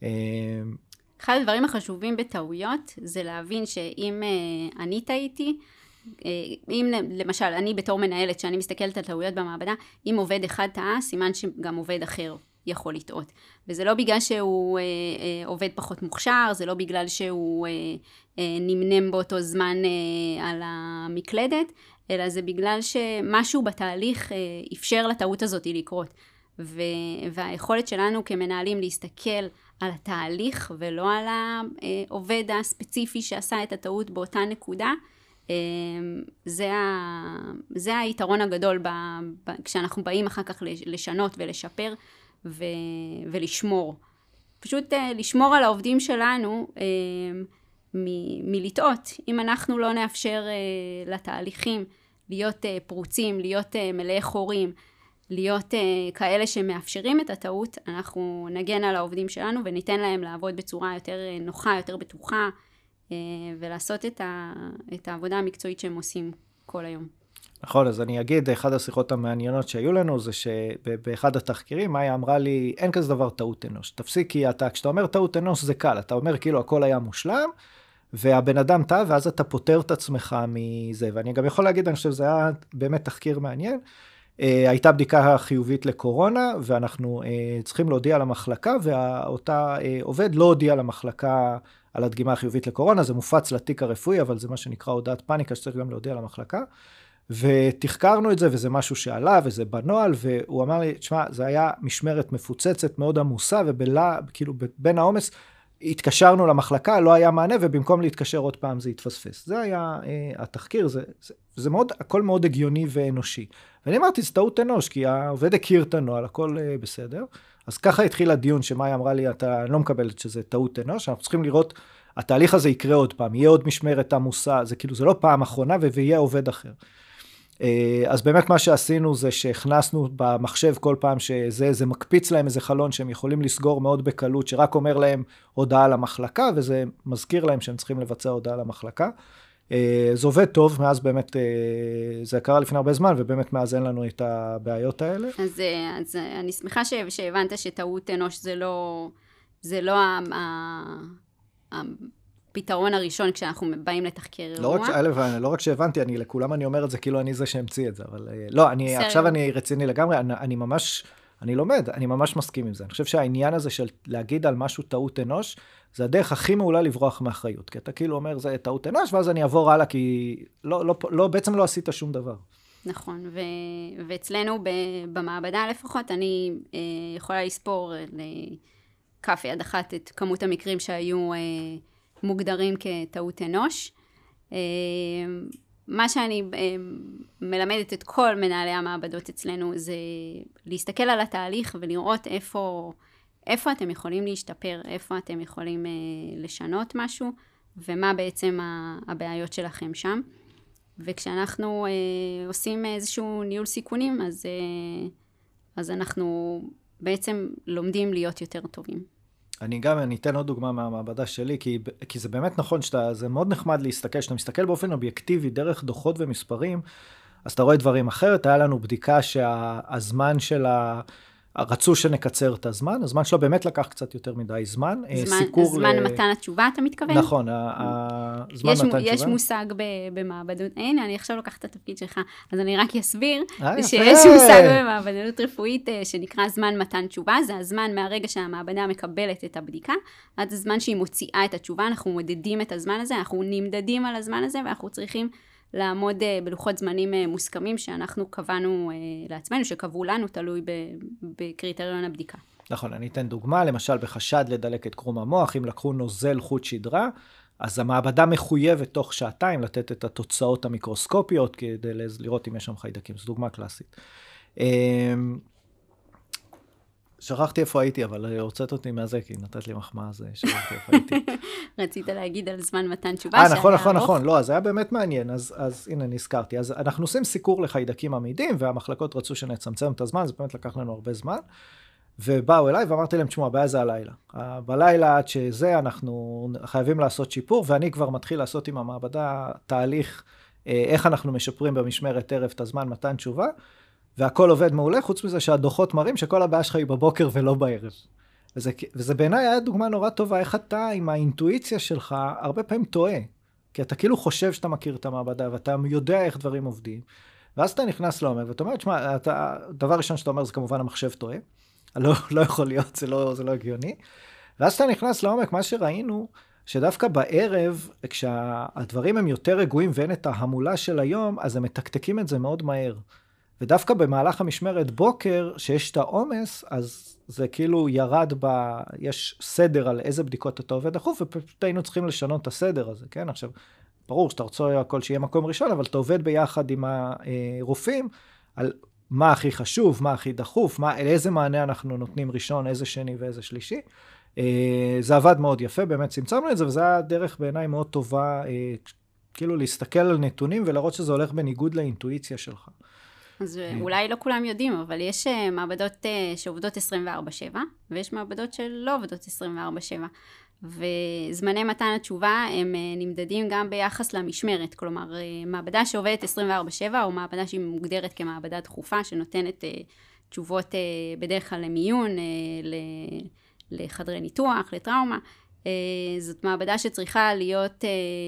אחד הדברים החשובים בטעויות זה להבין שאם uh, אני טעיתי, uh, אם למשל אני בתור מנהלת שאני מסתכלת על טעויות במעבדה, אם עובד אחד טעה, סימן שגם עובד אחר יכול לטעות. וזה לא בגלל שהוא uh, uh, עובד פחות מוכשר, זה לא בגלל שהוא uh, uh, נמנם באותו זמן uh, על המקלדת, אלא זה בגלל שמשהו בתהליך uh, אפשר לטעות הזאת לקרות. ו- והיכולת שלנו כמנהלים להסתכל על התהליך ולא על העובד הספציפי שעשה את הטעות באותה נקודה, זה, ה- זה היתרון הגדול ב- ב- כשאנחנו באים אחר כך לשנות ולשפר ו- ולשמור. פשוט לשמור על העובדים שלנו מ- מלטעות. אם אנחנו לא נאפשר לתהליכים להיות פרוצים, להיות מלאי חורים, להיות uh, כאלה שמאפשרים את הטעות, אנחנו נגן על העובדים שלנו וניתן להם לעבוד בצורה יותר נוחה, יותר בטוחה, uh, ולעשות את, ה, את העבודה המקצועית שהם עושים כל היום. נכון, אז אני אגיד, אחד השיחות המעניינות שהיו לנו, זה שבאחד התחקירים, מאיה אמרה לי, אין כזה דבר טעות אנוש. תפסיק, כי אתה, כשאתה אומר טעות אנוש זה קל, אתה אומר כאילו הכל היה מושלם, והבן אדם טעה, ואז אתה פותר את עצמך מזה. ואני גם יכול להגיד, אני חושב שזה היה באמת תחקיר מעניין, הייתה בדיקה חיובית לקורונה, ואנחנו צריכים להודיע למחלקה, ואותה עובד לא הודיע למחלקה על הדגימה החיובית לקורונה, זה מופץ לתיק הרפואי, אבל זה מה שנקרא הודעת פאניקה, שצריך גם להודיע למחלקה, ותחקרנו את זה, וזה משהו שעלה, וזה בנועל, והוא אמר לי, תשמע, זה היה משמרת מפוצצת, מאוד עמוסה, ובלה, כאילו, בין העומס, התקשרנו למחלקה, לא היה מענה, ובמקום להתקשר עוד פעם זה התפספס. זה היה אה, התחקיר, זה, זה, זה מאוד, הכל מאוד הגיוני ואנושי. ואני אמרתי, זה טעות אנוש, כי העובד הכיר את הנועל, הכל אה, בסדר. אז ככה התחיל הדיון, שמאי אמרה לי, אתה לא מקבלת שזה טעות אנוש, אנחנו צריכים לראות, התהליך הזה יקרה עוד פעם, יהיה עוד משמרת עמוסה, זה כאילו, זה לא פעם אחרונה, ויהיה עובד אחר. אז באמת מה שעשינו זה שהכנסנו במחשב כל פעם שזה זה מקפיץ להם איזה חלון שהם יכולים לסגור מאוד בקלות, שרק אומר להם הודעה למחלקה, וזה מזכיר להם שהם צריכים לבצע הודעה למחלקה. זה עובד טוב, מאז באמת, זה קרה לפני הרבה זמן, ובאמת מאז אין לנו את הבעיות האלה. אז, אז אני שמחה ש, שהבנת שטעות אנוש זה לא, זה לא ה... ה... פתרון הראשון כשאנחנו באים לתחקר אירוע. לא רק, לא רק שהבנתי, אני, לכולם אני אומר את זה כאילו אני זה שהמציא את זה, אבל לא, אני, עכשיו אני רציני לגמרי, אני, אני ממש, אני לומד, אני ממש מסכים עם זה. אני חושב שהעניין הזה של להגיד על משהו טעות אנוש, זה הדרך הכי מעולה לברוח מאחריות, כי אתה כאילו אומר זה טעות אנוש, ואז אני אעבור הלאה, כי לא, לא, לא, בעצם לא עשית שום דבר. נכון, ו, ואצלנו במעבדה לפחות, אני אה, יכולה לספור לכף יד אחת את כמות המקרים שהיו אה, מוגדרים כטעות אנוש. מה שאני מלמדת את כל מנהלי המעבדות אצלנו זה להסתכל על התהליך ולראות איפה, איפה אתם יכולים להשתפר, איפה אתם יכולים לשנות משהו, ומה בעצם הבעיות שלכם שם. וכשאנחנו עושים איזשהו ניהול סיכונים, אז, אז אנחנו בעצם לומדים להיות יותר טובים. אני גם, אני אתן עוד דוגמה מהמעבדה שלי, כי, כי זה באמת נכון שאתה, זה מאוד נחמד להסתכל, שאתה מסתכל באופן אובייקטיבי, דרך דוחות ומספרים, אז אתה רואה דברים אחרת. היה לנו בדיקה שהזמן של ה... רצו שנקצר את הזמן, הזמן שלו באמת לקח קצת יותר מדי זמן. זמן, זמן ל... מתן התשובה, אתה מתכוון? נכון, הזמן יש, מתן יש תשובה. מושג במעבדות, הנה, אני עכשיו לוקחת את התפקיד שלך, אז אני רק אסביר, שיש יפה. מושג במעבדות רפואית שנקרא זמן מתן תשובה, זה הזמן מהרגע שהמעבדה מקבלת את הבדיקה, עד הזמן שהיא מוציאה את התשובה, אנחנו מודדים את הזמן הזה, אנחנו נמדדים על הזמן הזה, ואנחנו צריכים לעמוד בלוחות זמנים מוסכמים שאנחנו קבענו לעצמנו, שקבעו לנו, תלוי בקריטריון הבדיקה. נכון, אני אתן דוגמה, למשל בחשד לדלקת קרום המוח, אם לקחו נוזל חוט שדרה, אז המעבדה מחויבת תוך שעתיים לתת את התוצאות המיקרוסקופיות, כדי לראות אם יש שם חיידקים, זו דוגמה קלאסית. שכחתי איפה הייתי, אבל הוצאת אותי מהזה, כי נתת לי מחמאה, אז שכחתי איפה הייתי. רצית להגיד על זמן מתן תשובה? אה, נכון, נכון, נכון. לא, אז זה היה באמת מעניין, אז, אז הנה, נזכרתי. אז אנחנו עושים סיקור לחיידקים עמידים, והמחלקות רצו שנצמצם את הזמן, זה באמת לקח לנו הרבה זמן, ובאו אליי ואמרתי להם, תשמעו, הבעיה זה הלילה. בלילה עד שזה, אנחנו חייבים לעשות שיפור, ואני כבר מתחיל לעשות עם המעבדה תהליך, איך אנחנו משפרים במשמרת ערב את הזמן מתן תשובה, והכל עובד מעולה, חוץ מזה שהדוחות מראים שכל הבעיה שלך היא בבוקר ולא בערב. וזה, וזה בעיניי היה דוגמה נורא טובה, איך אתה עם האינטואיציה שלך הרבה פעמים טועה. כי אתה כאילו חושב שאתה מכיר את המעבדה, ואתה יודע איך דברים עובדים, ואז אתה נכנס לעומק, ואתה אומר, תשמע, אתה, דבר ראשון שאתה אומר זה כמובן המחשב טועה, לא, לא יכול להיות, זה לא, זה לא הגיוני. ואז אתה נכנס לעומק, מה שראינו, שדווקא בערב, כשהדברים הם יותר רגועים ואין את ההמולה של היום, אז הם מתקתקים את זה מאוד מהר. ודווקא במהלך המשמרת בוקר, שיש את העומס, אז זה כאילו ירד ב... יש סדר על איזה בדיקות אתה עובד דחוף, ופשוט היינו צריכים לשנות את הסדר הזה, כן? עכשיו, ברור שאתה רוצה הכל שיהיה מקום ראשון, אבל אתה עובד ביחד עם הרופאים, על מה הכי חשוב, מה הכי דחוף, מה, איזה מענה אנחנו נותנים ראשון, איזה שני ואיזה שלישי. זה עבד מאוד יפה, באמת צמצמנו את זה, וזה היה דרך בעיניי מאוד טובה, כאילו להסתכל על נתונים, ולראות שזה הולך בניגוד לאינטואיציה שלך. אז אולי לא כולם יודעים, אבל יש מעבדות שעובדות עשרים וארבע שבע, ויש מעבדות שלא עובדות עשרים וארבע שבע. וזמני מתן התשובה הם נמדדים גם ביחס למשמרת. כלומר, מעבדה שעובדת עשרים וארבע שבע, או מעבדה שהיא מוגדרת כמעבדה דחופה, שנותנת תשובות בדרך כלל למיון, לחדרי ניתוח, לטראומה, זאת מעבדה שצריכה להיות,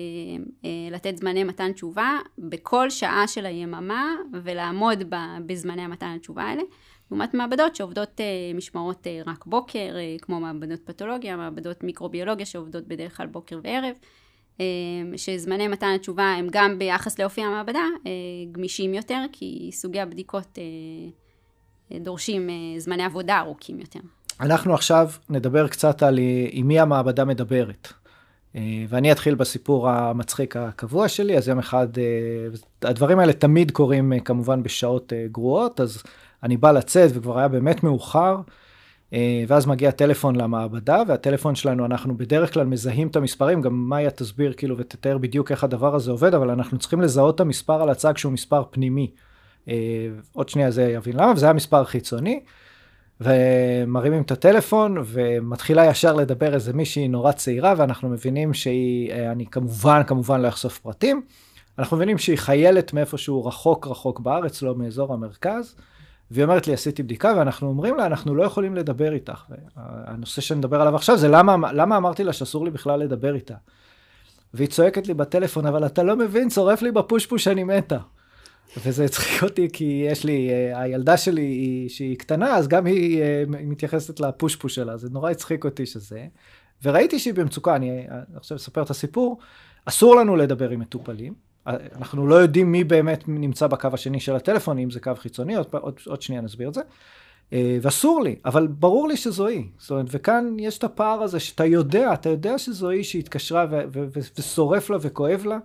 לתת זמני מתן תשובה בכל שעה של היממה, ולעמוד בזמני המתן התשובה האלה, לעומת מעבדות שעובדות משמרות רק בוקר, כמו מעבדות פתולוגיה, מעבדות מיקרוביולוגיה שעובדות בדרך כלל בוקר וערב, שזמני מתן התשובה הם גם ביחס לאופי המעבדה, גמישים יותר, כי סוגי הבדיקות דורשים זמני עבודה ארוכים יותר. אנחנו עכשיו נדבר קצת על עם מי המעבדה מדברת. ואני אתחיל בסיפור המצחיק הקבוע שלי, אז יום אחד, הדברים האלה תמיד קורים כמובן בשעות גרועות, אז אני בא לצאת וכבר היה באמת מאוחר, ואז מגיע טלפון למעבדה, והטלפון שלנו, אנחנו בדרך כלל מזהים את המספרים, גם מאיה תסביר כאילו ותתאר בדיוק איך הדבר הזה עובד, אבל אנחנו צריכים לזהות את המספר על הצג שהוא מספר פנימי. עוד שנייה זה יבין למה, וזה היה מספר חיצוני, ומרימים את הטלפון, ומתחילה ישר לדבר איזה מישהי נורא צעירה, ואנחנו מבינים שהיא, אני כמובן, כמובן לא אחשוף פרטים, אנחנו מבינים שהיא חיילת מאיפשהו רחוק רחוק בארץ, לא מאזור המרכז, והיא אומרת לי, עשיתי בדיקה, ואנחנו אומרים לה, אנחנו לא יכולים לדבר איתך. והנושא שנדבר עליו עכשיו, זה למה, למה אמרתי לה שאסור לי בכלל לדבר איתה. והיא צועקת לי בטלפון, אבל אתה לא מבין, צורף לי בפושפוש שאני מתה. וזה הצחיק אותי, כי יש לי, הילדה שלי, שהיא קטנה, אז גם היא מתייחסת לפושפוש שלה, זה נורא הצחיק אותי שזה. וראיתי שהיא במצוקה, אני עכשיו אספר את הסיפור, אסור לנו לדבר עם מטופלים, אנחנו לא יודעים מי באמת נמצא בקו השני של הטלפון, אם זה קו חיצוני, עוד, עוד, עוד שנייה נסביר את זה, ואסור לי, אבל ברור לי שזוהי, זאת אומרת, וכאן יש את הפער הזה, שאתה יודע, אתה יודע שזוהי שהתקשרה ו- ו- ו- ושורף לה וכואב לה,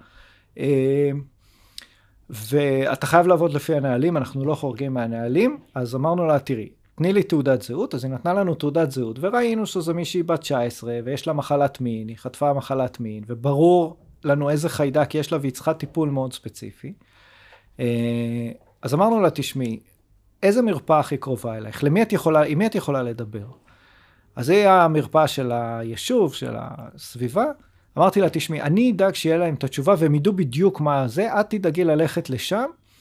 ואתה חייב לעבוד לפי הנהלים, אנחנו לא חורגים מהנהלים, אז אמרנו לה, תראי, תני לי תעודת זהות, אז היא נתנה לנו תעודת זהות, וראינו שזו מישהי בת תשע עשרה, ויש לה מחלת מין, היא חטפה מחלת מין, וברור לנו איזה חיידק יש לה, והיא צריכה טיפול מאוד ספציפי. אז אמרנו לה, תשמעי, איזה מרפאה הכי קרובה אלייך? למי את יכולה, עם מי את יכולה לדבר? אז היא המרפאה של היישוב, של הסביבה, אמרתי לה, תשמעי, אני אדאג שיהיה להם את התשובה, והם ידעו בדיוק מה זה, את תדאגי ללכת לשם,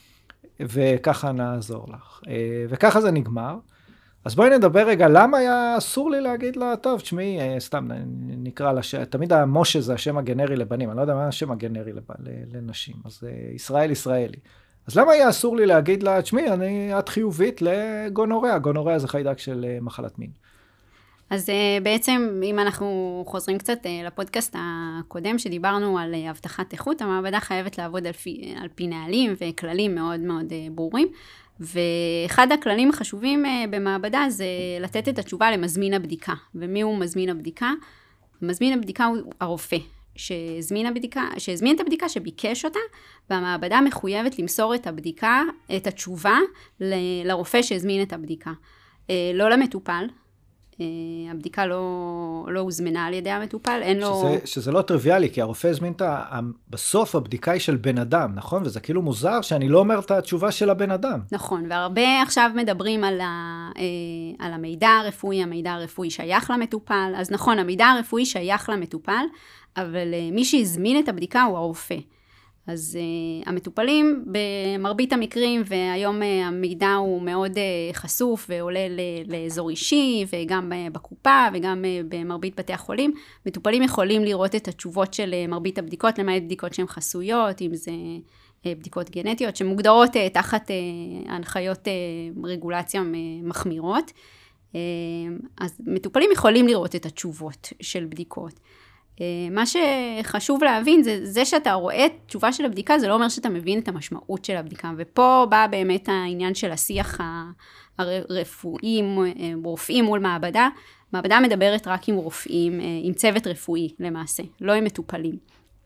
וככה נעזור לך. וככה זה נגמר. אז בואי נדבר רגע, למה היה אסור לי להגיד לה, טוב, תשמעי, סתם נקרא לה, תמיד המשה זה השם הגנרי לבנים, אני לא יודע מה השם הגנרי לנשים, אז ישראל ישראלי. אז למה היה אסור לי להגיד לה, תשמעי, אני את חיובית לגונוריה, גונוריה זה חיידק של מחלת מין. אז בעצם, אם אנחנו חוזרים קצת לפודקאסט הקודם, שדיברנו על הבטחת איכות, המעבדה חייבת לעבוד על פי, על פי נהלים וכללים מאוד מאוד ברורים, ואחד הכללים החשובים במעבדה זה לתת את התשובה למזמין הבדיקה. ומי הוא מזמין הבדיקה? מזמין הבדיקה הוא הרופא, שהזמין הבדיקה, שהזמין את הבדיקה, שביקש אותה, והמעבדה מחויבת למסור את הבדיקה, את התשובה ל- לרופא שהזמין את הבדיקה. לא למטופל, הבדיקה לא, לא הוזמנה על ידי המטופל, אין לו... שזה, שזה לא טריוויאלי, כי הרופא הזמין את ה... בסוף הבדיקה היא של בן אדם, נכון? וזה כאילו מוזר שאני לא אומר את התשובה של הבן אדם. נכון, והרבה עכשיו מדברים על, ה, על המידע הרפואי, המידע הרפואי שייך למטופל, אז נכון, המידע הרפואי שייך למטופל, אבל מי שהזמין את הבדיקה הוא הרופא. אז uh, המטופלים במרבית המקרים, והיום uh, המידע הוא מאוד uh, חשוף ועולה ל- לאזור אישי, וגם uh, בקופה וגם uh, במרבית בתי החולים, מטופלים יכולים לראות את התשובות של uh, מרבית הבדיקות, למעט בדיקות שהן חסויות, אם זה uh, בדיקות גנטיות, שמוגדרות uh, תחת uh, הנחיות uh, רגולציה uh, מחמירות. Uh, אז מטופלים יכולים לראות את התשובות של בדיקות. מה שחשוב להבין זה, זה שאתה רואה את תשובה של הבדיקה, זה לא אומר שאתה מבין את המשמעות של הבדיקה, ופה בא באמת העניין של השיח הרפואי, רופאים מול מעבדה. מעבדה מדברת רק עם רופאים, עם צוות רפואי למעשה, לא עם מטופלים.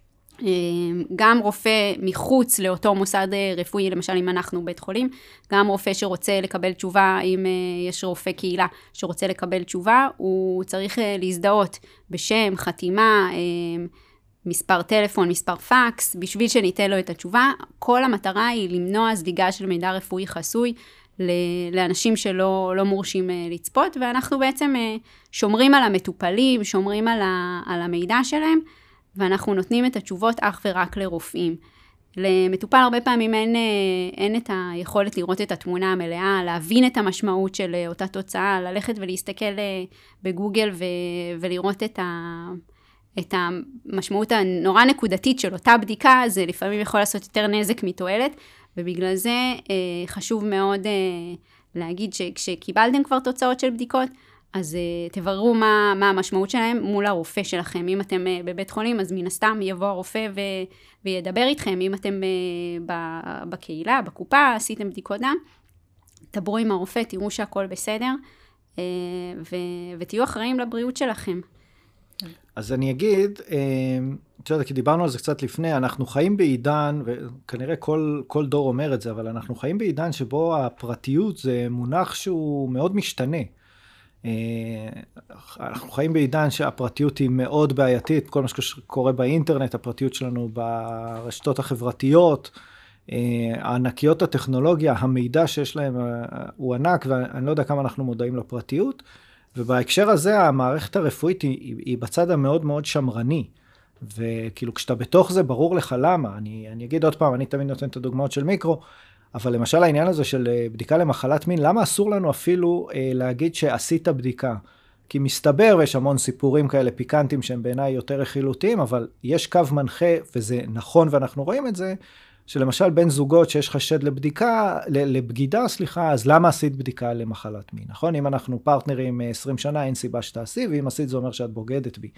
גם רופא מחוץ לאותו מוסד רפואי, למשל אם אנחנו בית חולים, גם רופא שרוצה לקבל תשובה, אם יש רופא קהילה שרוצה לקבל תשובה, הוא צריך להזדהות בשם, חתימה, מספר טלפון, מספר פקס, בשביל שניתן לו את התשובה. כל המטרה היא למנוע זליגה של מידע רפואי חסוי לאנשים שלא לא מורשים לצפות, ואנחנו בעצם שומרים על המטופלים, שומרים על, ה, על המידע שלהם, ואנחנו נותנים את התשובות אך ורק לרופאים. למטופל הרבה פעמים אין, אין את היכולת לראות את התמונה המלאה, להבין את המשמעות של אותה תוצאה, ללכת ולהסתכל בגוגל ו, ולראות את, ה, את המשמעות הנורא נקודתית של אותה בדיקה, זה לפעמים יכול לעשות יותר נזק מתועלת, ובגלל זה חשוב מאוד להגיד שכשקיבלתם כבר תוצאות של בדיקות, אז uh, תבררו מה, מה המשמעות שלהם מול הרופא שלכם. אם אתם uh, בבית חולים, אז מן הסתם יבוא הרופא ו, וידבר איתכם. אם אתם uh, ב- בקהילה, בקופה, עשיתם בדיקות דם, דברו עם הרופא, תראו שהכל בסדר, uh, ו- ותהיו אחראים לבריאות שלכם. אז אני אגיד, אתה יודע, כי דיברנו על זה קצת לפני, אנחנו חיים בעידן, וכנראה כל, כל דור אומר את זה, אבל אנחנו חיים בעידן שבו הפרטיות זה מונח שהוא מאוד משתנה. אנחנו חיים בעידן שהפרטיות היא מאוד בעייתית, כל מה שקורה באינטרנט, הפרטיות שלנו ברשתות החברתיות, הענקיות הטכנולוגיה, המידע שיש להם הוא ענק, ואני לא יודע כמה אנחנו מודעים לפרטיות, ובהקשר הזה המערכת הרפואית היא, היא בצד המאוד מאוד שמרני, וכאילו כשאתה בתוך זה ברור לך למה, אני, אני אגיד עוד פעם, אני תמיד נותן את הדוגמאות של מיקרו, אבל למשל העניין הזה של בדיקה למחלת מין, למה אסור לנו אפילו אה, להגיד שעשית בדיקה? כי מסתבר, ויש המון סיפורים כאלה פיקנטים שהם בעיניי יותר רכילותיים, אבל יש קו מנחה, וזה נכון ואנחנו רואים את זה, שלמשל בין זוגות שיש חשד לבדיקה, לבגידה, סליחה, אז למה עשית בדיקה למחלת מין? נכון? אם אנחנו פרטנרים עשרים שנה, אין סיבה שתעשי, ואם עשית זה אומר שאת בוגדת בי.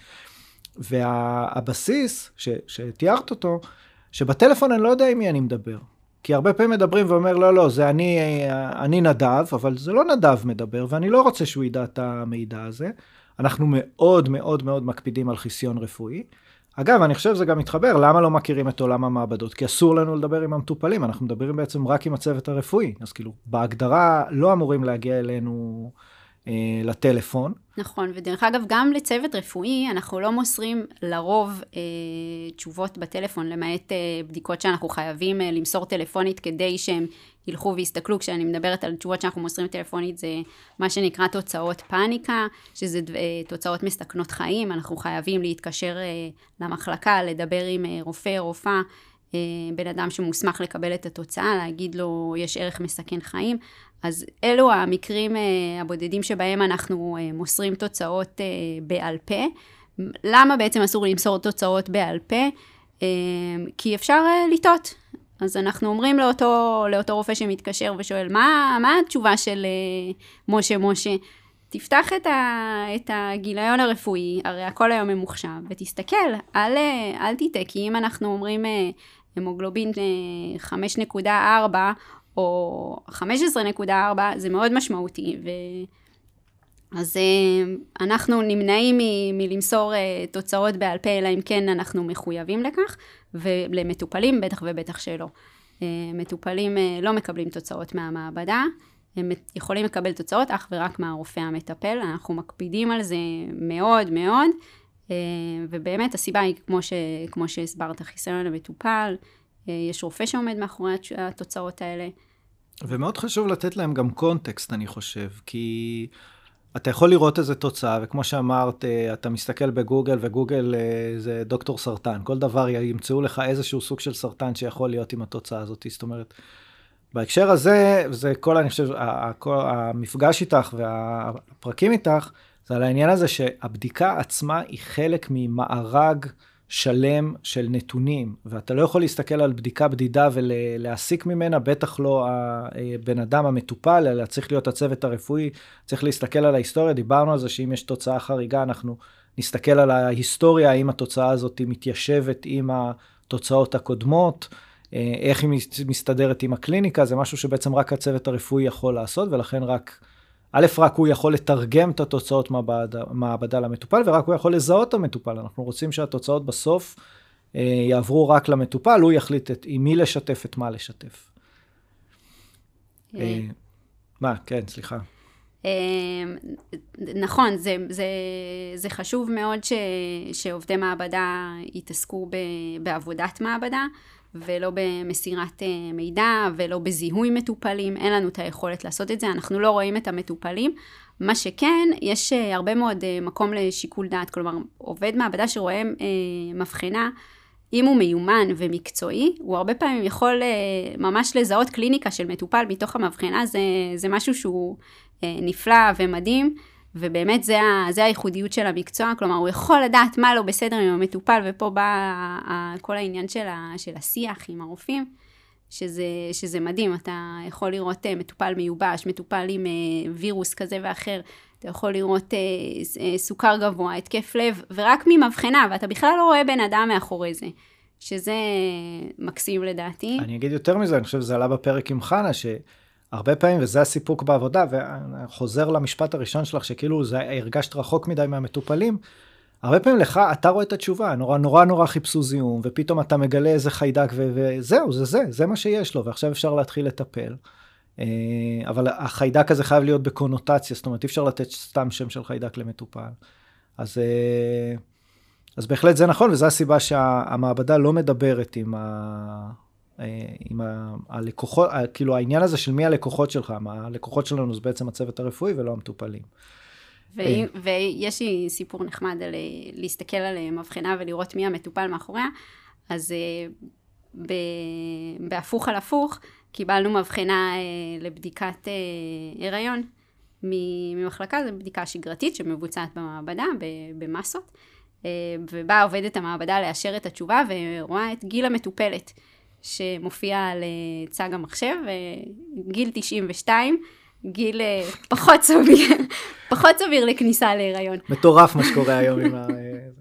והבסיס ש, שתיארת אותו, שבטלפון אני לא יודע עם מי אני מדבר. כי הרבה פעמים מדברים ואומר, לא, לא, זה אני, אני נדב, אבל זה לא נדב מדבר, ואני לא רוצה שהוא ידע את המידע הזה. אנחנו מאוד מאוד מאוד מקפידים על חיסיון רפואי. אגב, אני חושב שזה גם מתחבר, למה לא מכירים את עולם המעבדות? כי אסור לנו לדבר עם המטופלים, אנחנו מדברים בעצם רק עם הצוות הרפואי, אז כאילו, בהגדרה לא אמורים להגיע אלינו אה, לטלפון. נכון, ודרך אגב, גם לצוות רפואי, אנחנו לא מוסרים לרוב אה, תשובות בטלפון, למעט אה, בדיקות שאנחנו חייבים אה, למסור טלפונית, כדי שהם ילכו ויסתכלו. כשאני מדברת על תשובות שאנחנו מוסרים טלפונית, זה מה שנקרא תוצאות פאניקה, שזה אה, תוצאות מסכנות חיים, אנחנו חייבים להתקשר אה, למחלקה, לדבר עם אה, רופא, רופאה, אה, בן אדם שמוסמך לקבל את התוצאה, להגיד לו יש ערך מסכן חיים. אז אלו המקרים הבודדים שבהם אנחנו מוסרים תוצאות בעל פה. למה בעצם אסור למסור תוצאות בעל פה? כי אפשר לטעות. אז אנחנו אומרים לאותו, לאותו רופא שמתקשר ושואל, מה, מה התשובה של משה משה? תפתח את, ה, את הגיליון הרפואי, הרי הכל היום ממוחשב, ותסתכל, אל, אל תיתה, כי אם אנחנו אומרים המוגלובין חמש נקודה ארבע, או חמש עשרה נקודה ארבע, זה מאוד משמעותי, ו... אז אנחנו נמנעים מ- מלמסור תוצאות בעל פה, אלא אם כן אנחנו מחויבים לכך, ולמטופלים בטח ובטח שלא. מטופלים לא מקבלים תוצאות מהמעבדה, הם יכולים לקבל תוצאות אך ורק מהרופא המטפל, אנחנו מקפידים על זה מאוד מאוד, ובאמת הסיבה היא כמו, ש- כמו שהסברת, חיסיון המטופל, יש רופא שעומד מאחורי התוצאות האלה. ומאוד חשוב לתת להם גם קונטקסט, אני חושב, כי אתה יכול לראות איזה תוצאה, וכמו שאמרת, אתה מסתכל בגוגל, וגוגל זה דוקטור סרטן. כל דבר ימצאו לך איזשהו סוג של סרטן שיכול להיות עם התוצאה הזאת. זאת אומרת, בהקשר הזה, זה כל, אני חושב, המפגש איתך והפרקים איתך, זה על העניין הזה שהבדיקה עצמה היא חלק ממארג שלם של נתונים, ואתה לא יכול להסתכל על בדיקה בדידה ולהסיק ממנה, בטח לא הבן אדם המטופל, אלא צריך להיות הצוות הרפואי, צריך להסתכל על ההיסטוריה, דיברנו על זה שאם יש תוצאה חריגה, אנחנו נסתכל על ההיסטוריה, האם התוצאה הזאת מתיישבת עם התוצאות הקודמות, איך היא מסתדרת עם הקליניקה, זה משהו שבעצם רק הצוות הרפואי יכול לעשות, ולכן רק א', רק הוא יכול לתרגם את התוצאות מעבדה למטופל, ורק הוא יכול לזהות את המטופל. אנחנו רוצים שהתוצאות בסוף אה, יעברו רק למטופל, הוא יחליט את, עם מי לשתף, את מה לשתף. אה, מה? כן, סליחה. נכון, זה, זה, זה חשוב מאוד ש, שעובדי מעבדה יתעסקו ב, בעבודת מעבדה, ולא במסירת מידע, ולא בזיהוי מטופלים, אין לנו את היכולת לעשות את זה, אנחנו לא רואים את המטופלים. מה שכן, יש הרבה מאוד מקום לשיקול דעת, כלומר, עובד מעבדה שרואה מבחנה, אם הוא מיומן ומקצועי, הוא הרבה פעמים יכול ממש לזהות קליניקה של מטופל מתוך המבחנה, זה, זה משהו שהוא נפלא ומדהים, ובאמת זה, זה הייחודיות של המקצוע, כלומר הוא יכול לדעת מה לא בסדר עם המטופל, ופה בא כל העניין של, ה, של השיח עם הרופאים, שזה, שזה מדהים, אתה יכול לראות מטופל מיובש, מטופל עם וירוס כזה ואחר, אתה יכול לראות סוכר גבוה, התקף לב, ורק ממבחנה, ואתה בכלל לא רואה בן אדם מאחורי זה, שזה מקסים לדעתי. אני אגיד יותר מזה, אני חושב שזה עלה בפרק עם חנה, שהרבה פעמים, וזה הסיפוק בעבודה, וחוזר למשפט הראשון שלך, שכאילו זה הרגשת רחוק מדי מהמטופלים, הרבה פעמים לך, אתה רואה את התשובה, נורא נורא נורא חיפשו זיהום, ופתאום אתה מגלה איזה חיידק, וזהו, זה זה, זה מה שיש לו, ועכשיו אפשר להתחיל לטפל. אבל החיידק הזה חייב להיות בקונוטציה, זאת אומרת, אי אפשר לתת סתם שם של חיידק למטופל. אז, אז בהחלט זה נכון, וזו הסיבה שהמעבדה לא מדברת עם, ה, עם ה, הלקוחות, כאילו העניין הזה של מי הלקוחות שלך, הלקוחות שלנו זה בעצם הצוות הרפואי ולא המטופלים. ו- ויש לי סיפור נחמד על להסתכל על מבחנה ולראות מי המטופל מאחוריה, אז ב- בהפוך על הפוך, קיבלנו מבחנה לבדיקת הריון ממחלקה, זו בדיקה שגרתית שמבוצעת במעבדה, במסות, ובאה עובדת המעבדה לאשר את התשובה, ורואה את גיל המטופלת, שמופיע על צג המחשב, גיל תשעים ושתיים, גיל פחות סביר, פחות סביר לכניסה להיריון. מטורף מה שקורה היום עם ה...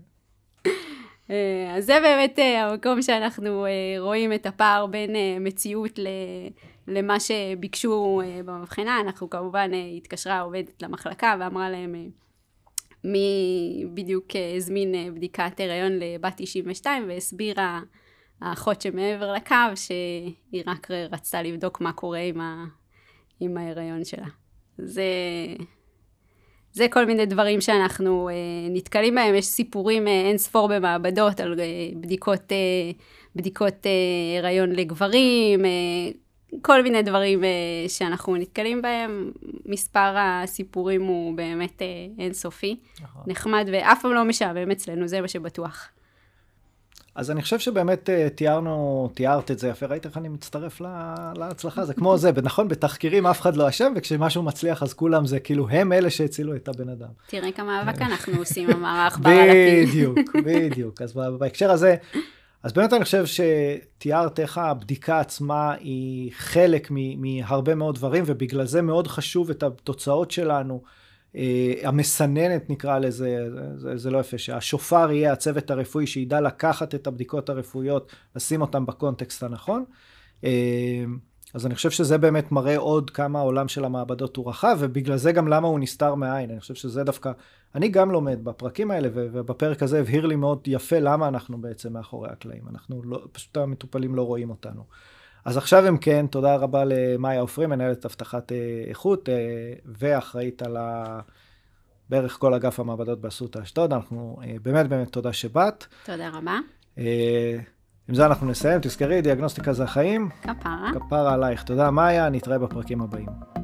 אז זה באמת המקום שאנחנו רואים את הפער בין מציאות למה שביקשו במבחנה. אנחנו כמובן התקשרה עובדת למחלקה ואמרה להם מי בדיוק הזמין בדיקת הריון לבת תשעים ושתיים, והסבירה האחות שמעבר לקו שהיא רק רצתה לבדוק מה קורה עם ה... עם ההיריון שלה. זה, זה כל מיני דברים שאנחנו אה, נתקלים בהם. יש סיפורים אה, אין ספור במעבדות על אה, בדיקות, אה, בדיקות אה, הריון לגברים, אה, כל מיני דברים אה, שאנחנו נתקלים בהם. מספר הסיפורים הוא באמת אה, אינסופי, נכון. נחמד, ואף פעם לא משעמם אצלנו, זה מה שבטוח. אז אני חושב שבאמת תיארנו, תיארת את זה יפה, ראית איך אני מצטרף להצלחה, זה כמו זה, נכון, בתחקירים אף אחד לא אשם, וכשמשהו מצליח אז כולם זה כאילו הם אלה שהצילו את הבן אדם. תראה כמה מאבק אנחנו עושים המערך בעלקים. בדיוק, בדיוק, אז בהקשר הזה, אז באמת אני חושב שתיארת איך הבדיקה עצמה היא חלק מהרבה מאוד דברים, ובגלל זה מאוד חשוב את התוצאות שלנו, המסננת נקרא לזה, זה, זה לא יפה, שהשופר יהיה הצוות הרפואי שידע לקחת את הבדיקות הרפואיות, לשים אותם בקונטקסט הנכון. אז אני חושב שזה באמת מראה עוד כמה העולם של המעבדות הוא רחב, ובגלל זה גם למה הוא נסתר מהעין. אני חושב שזה דווקא, אני גם לומד בפרקים האלה, ובפרק הזה הבהיר לי מאוד יפה למה אנחנו בעצם מאחורי הקלעים. אנחנו לא, פשוט המטופלים לא רואים אותנו. אז עכשיו הם כן, תודה רבה למאיה עופרי, מנהלת הבטחת איכות, ואחראית על ה... בערך כל אגף המעבדות באסותא אשדוד. אנחנו באמת באמת תודה שבאת. תודה רבה. עם זה אנחנו נסיים, תזכרי, דיאגנוסטיקה זה החיים. כפרה. כפרה עלייך. תודה מאיה, נתראה בפרקים הבאים.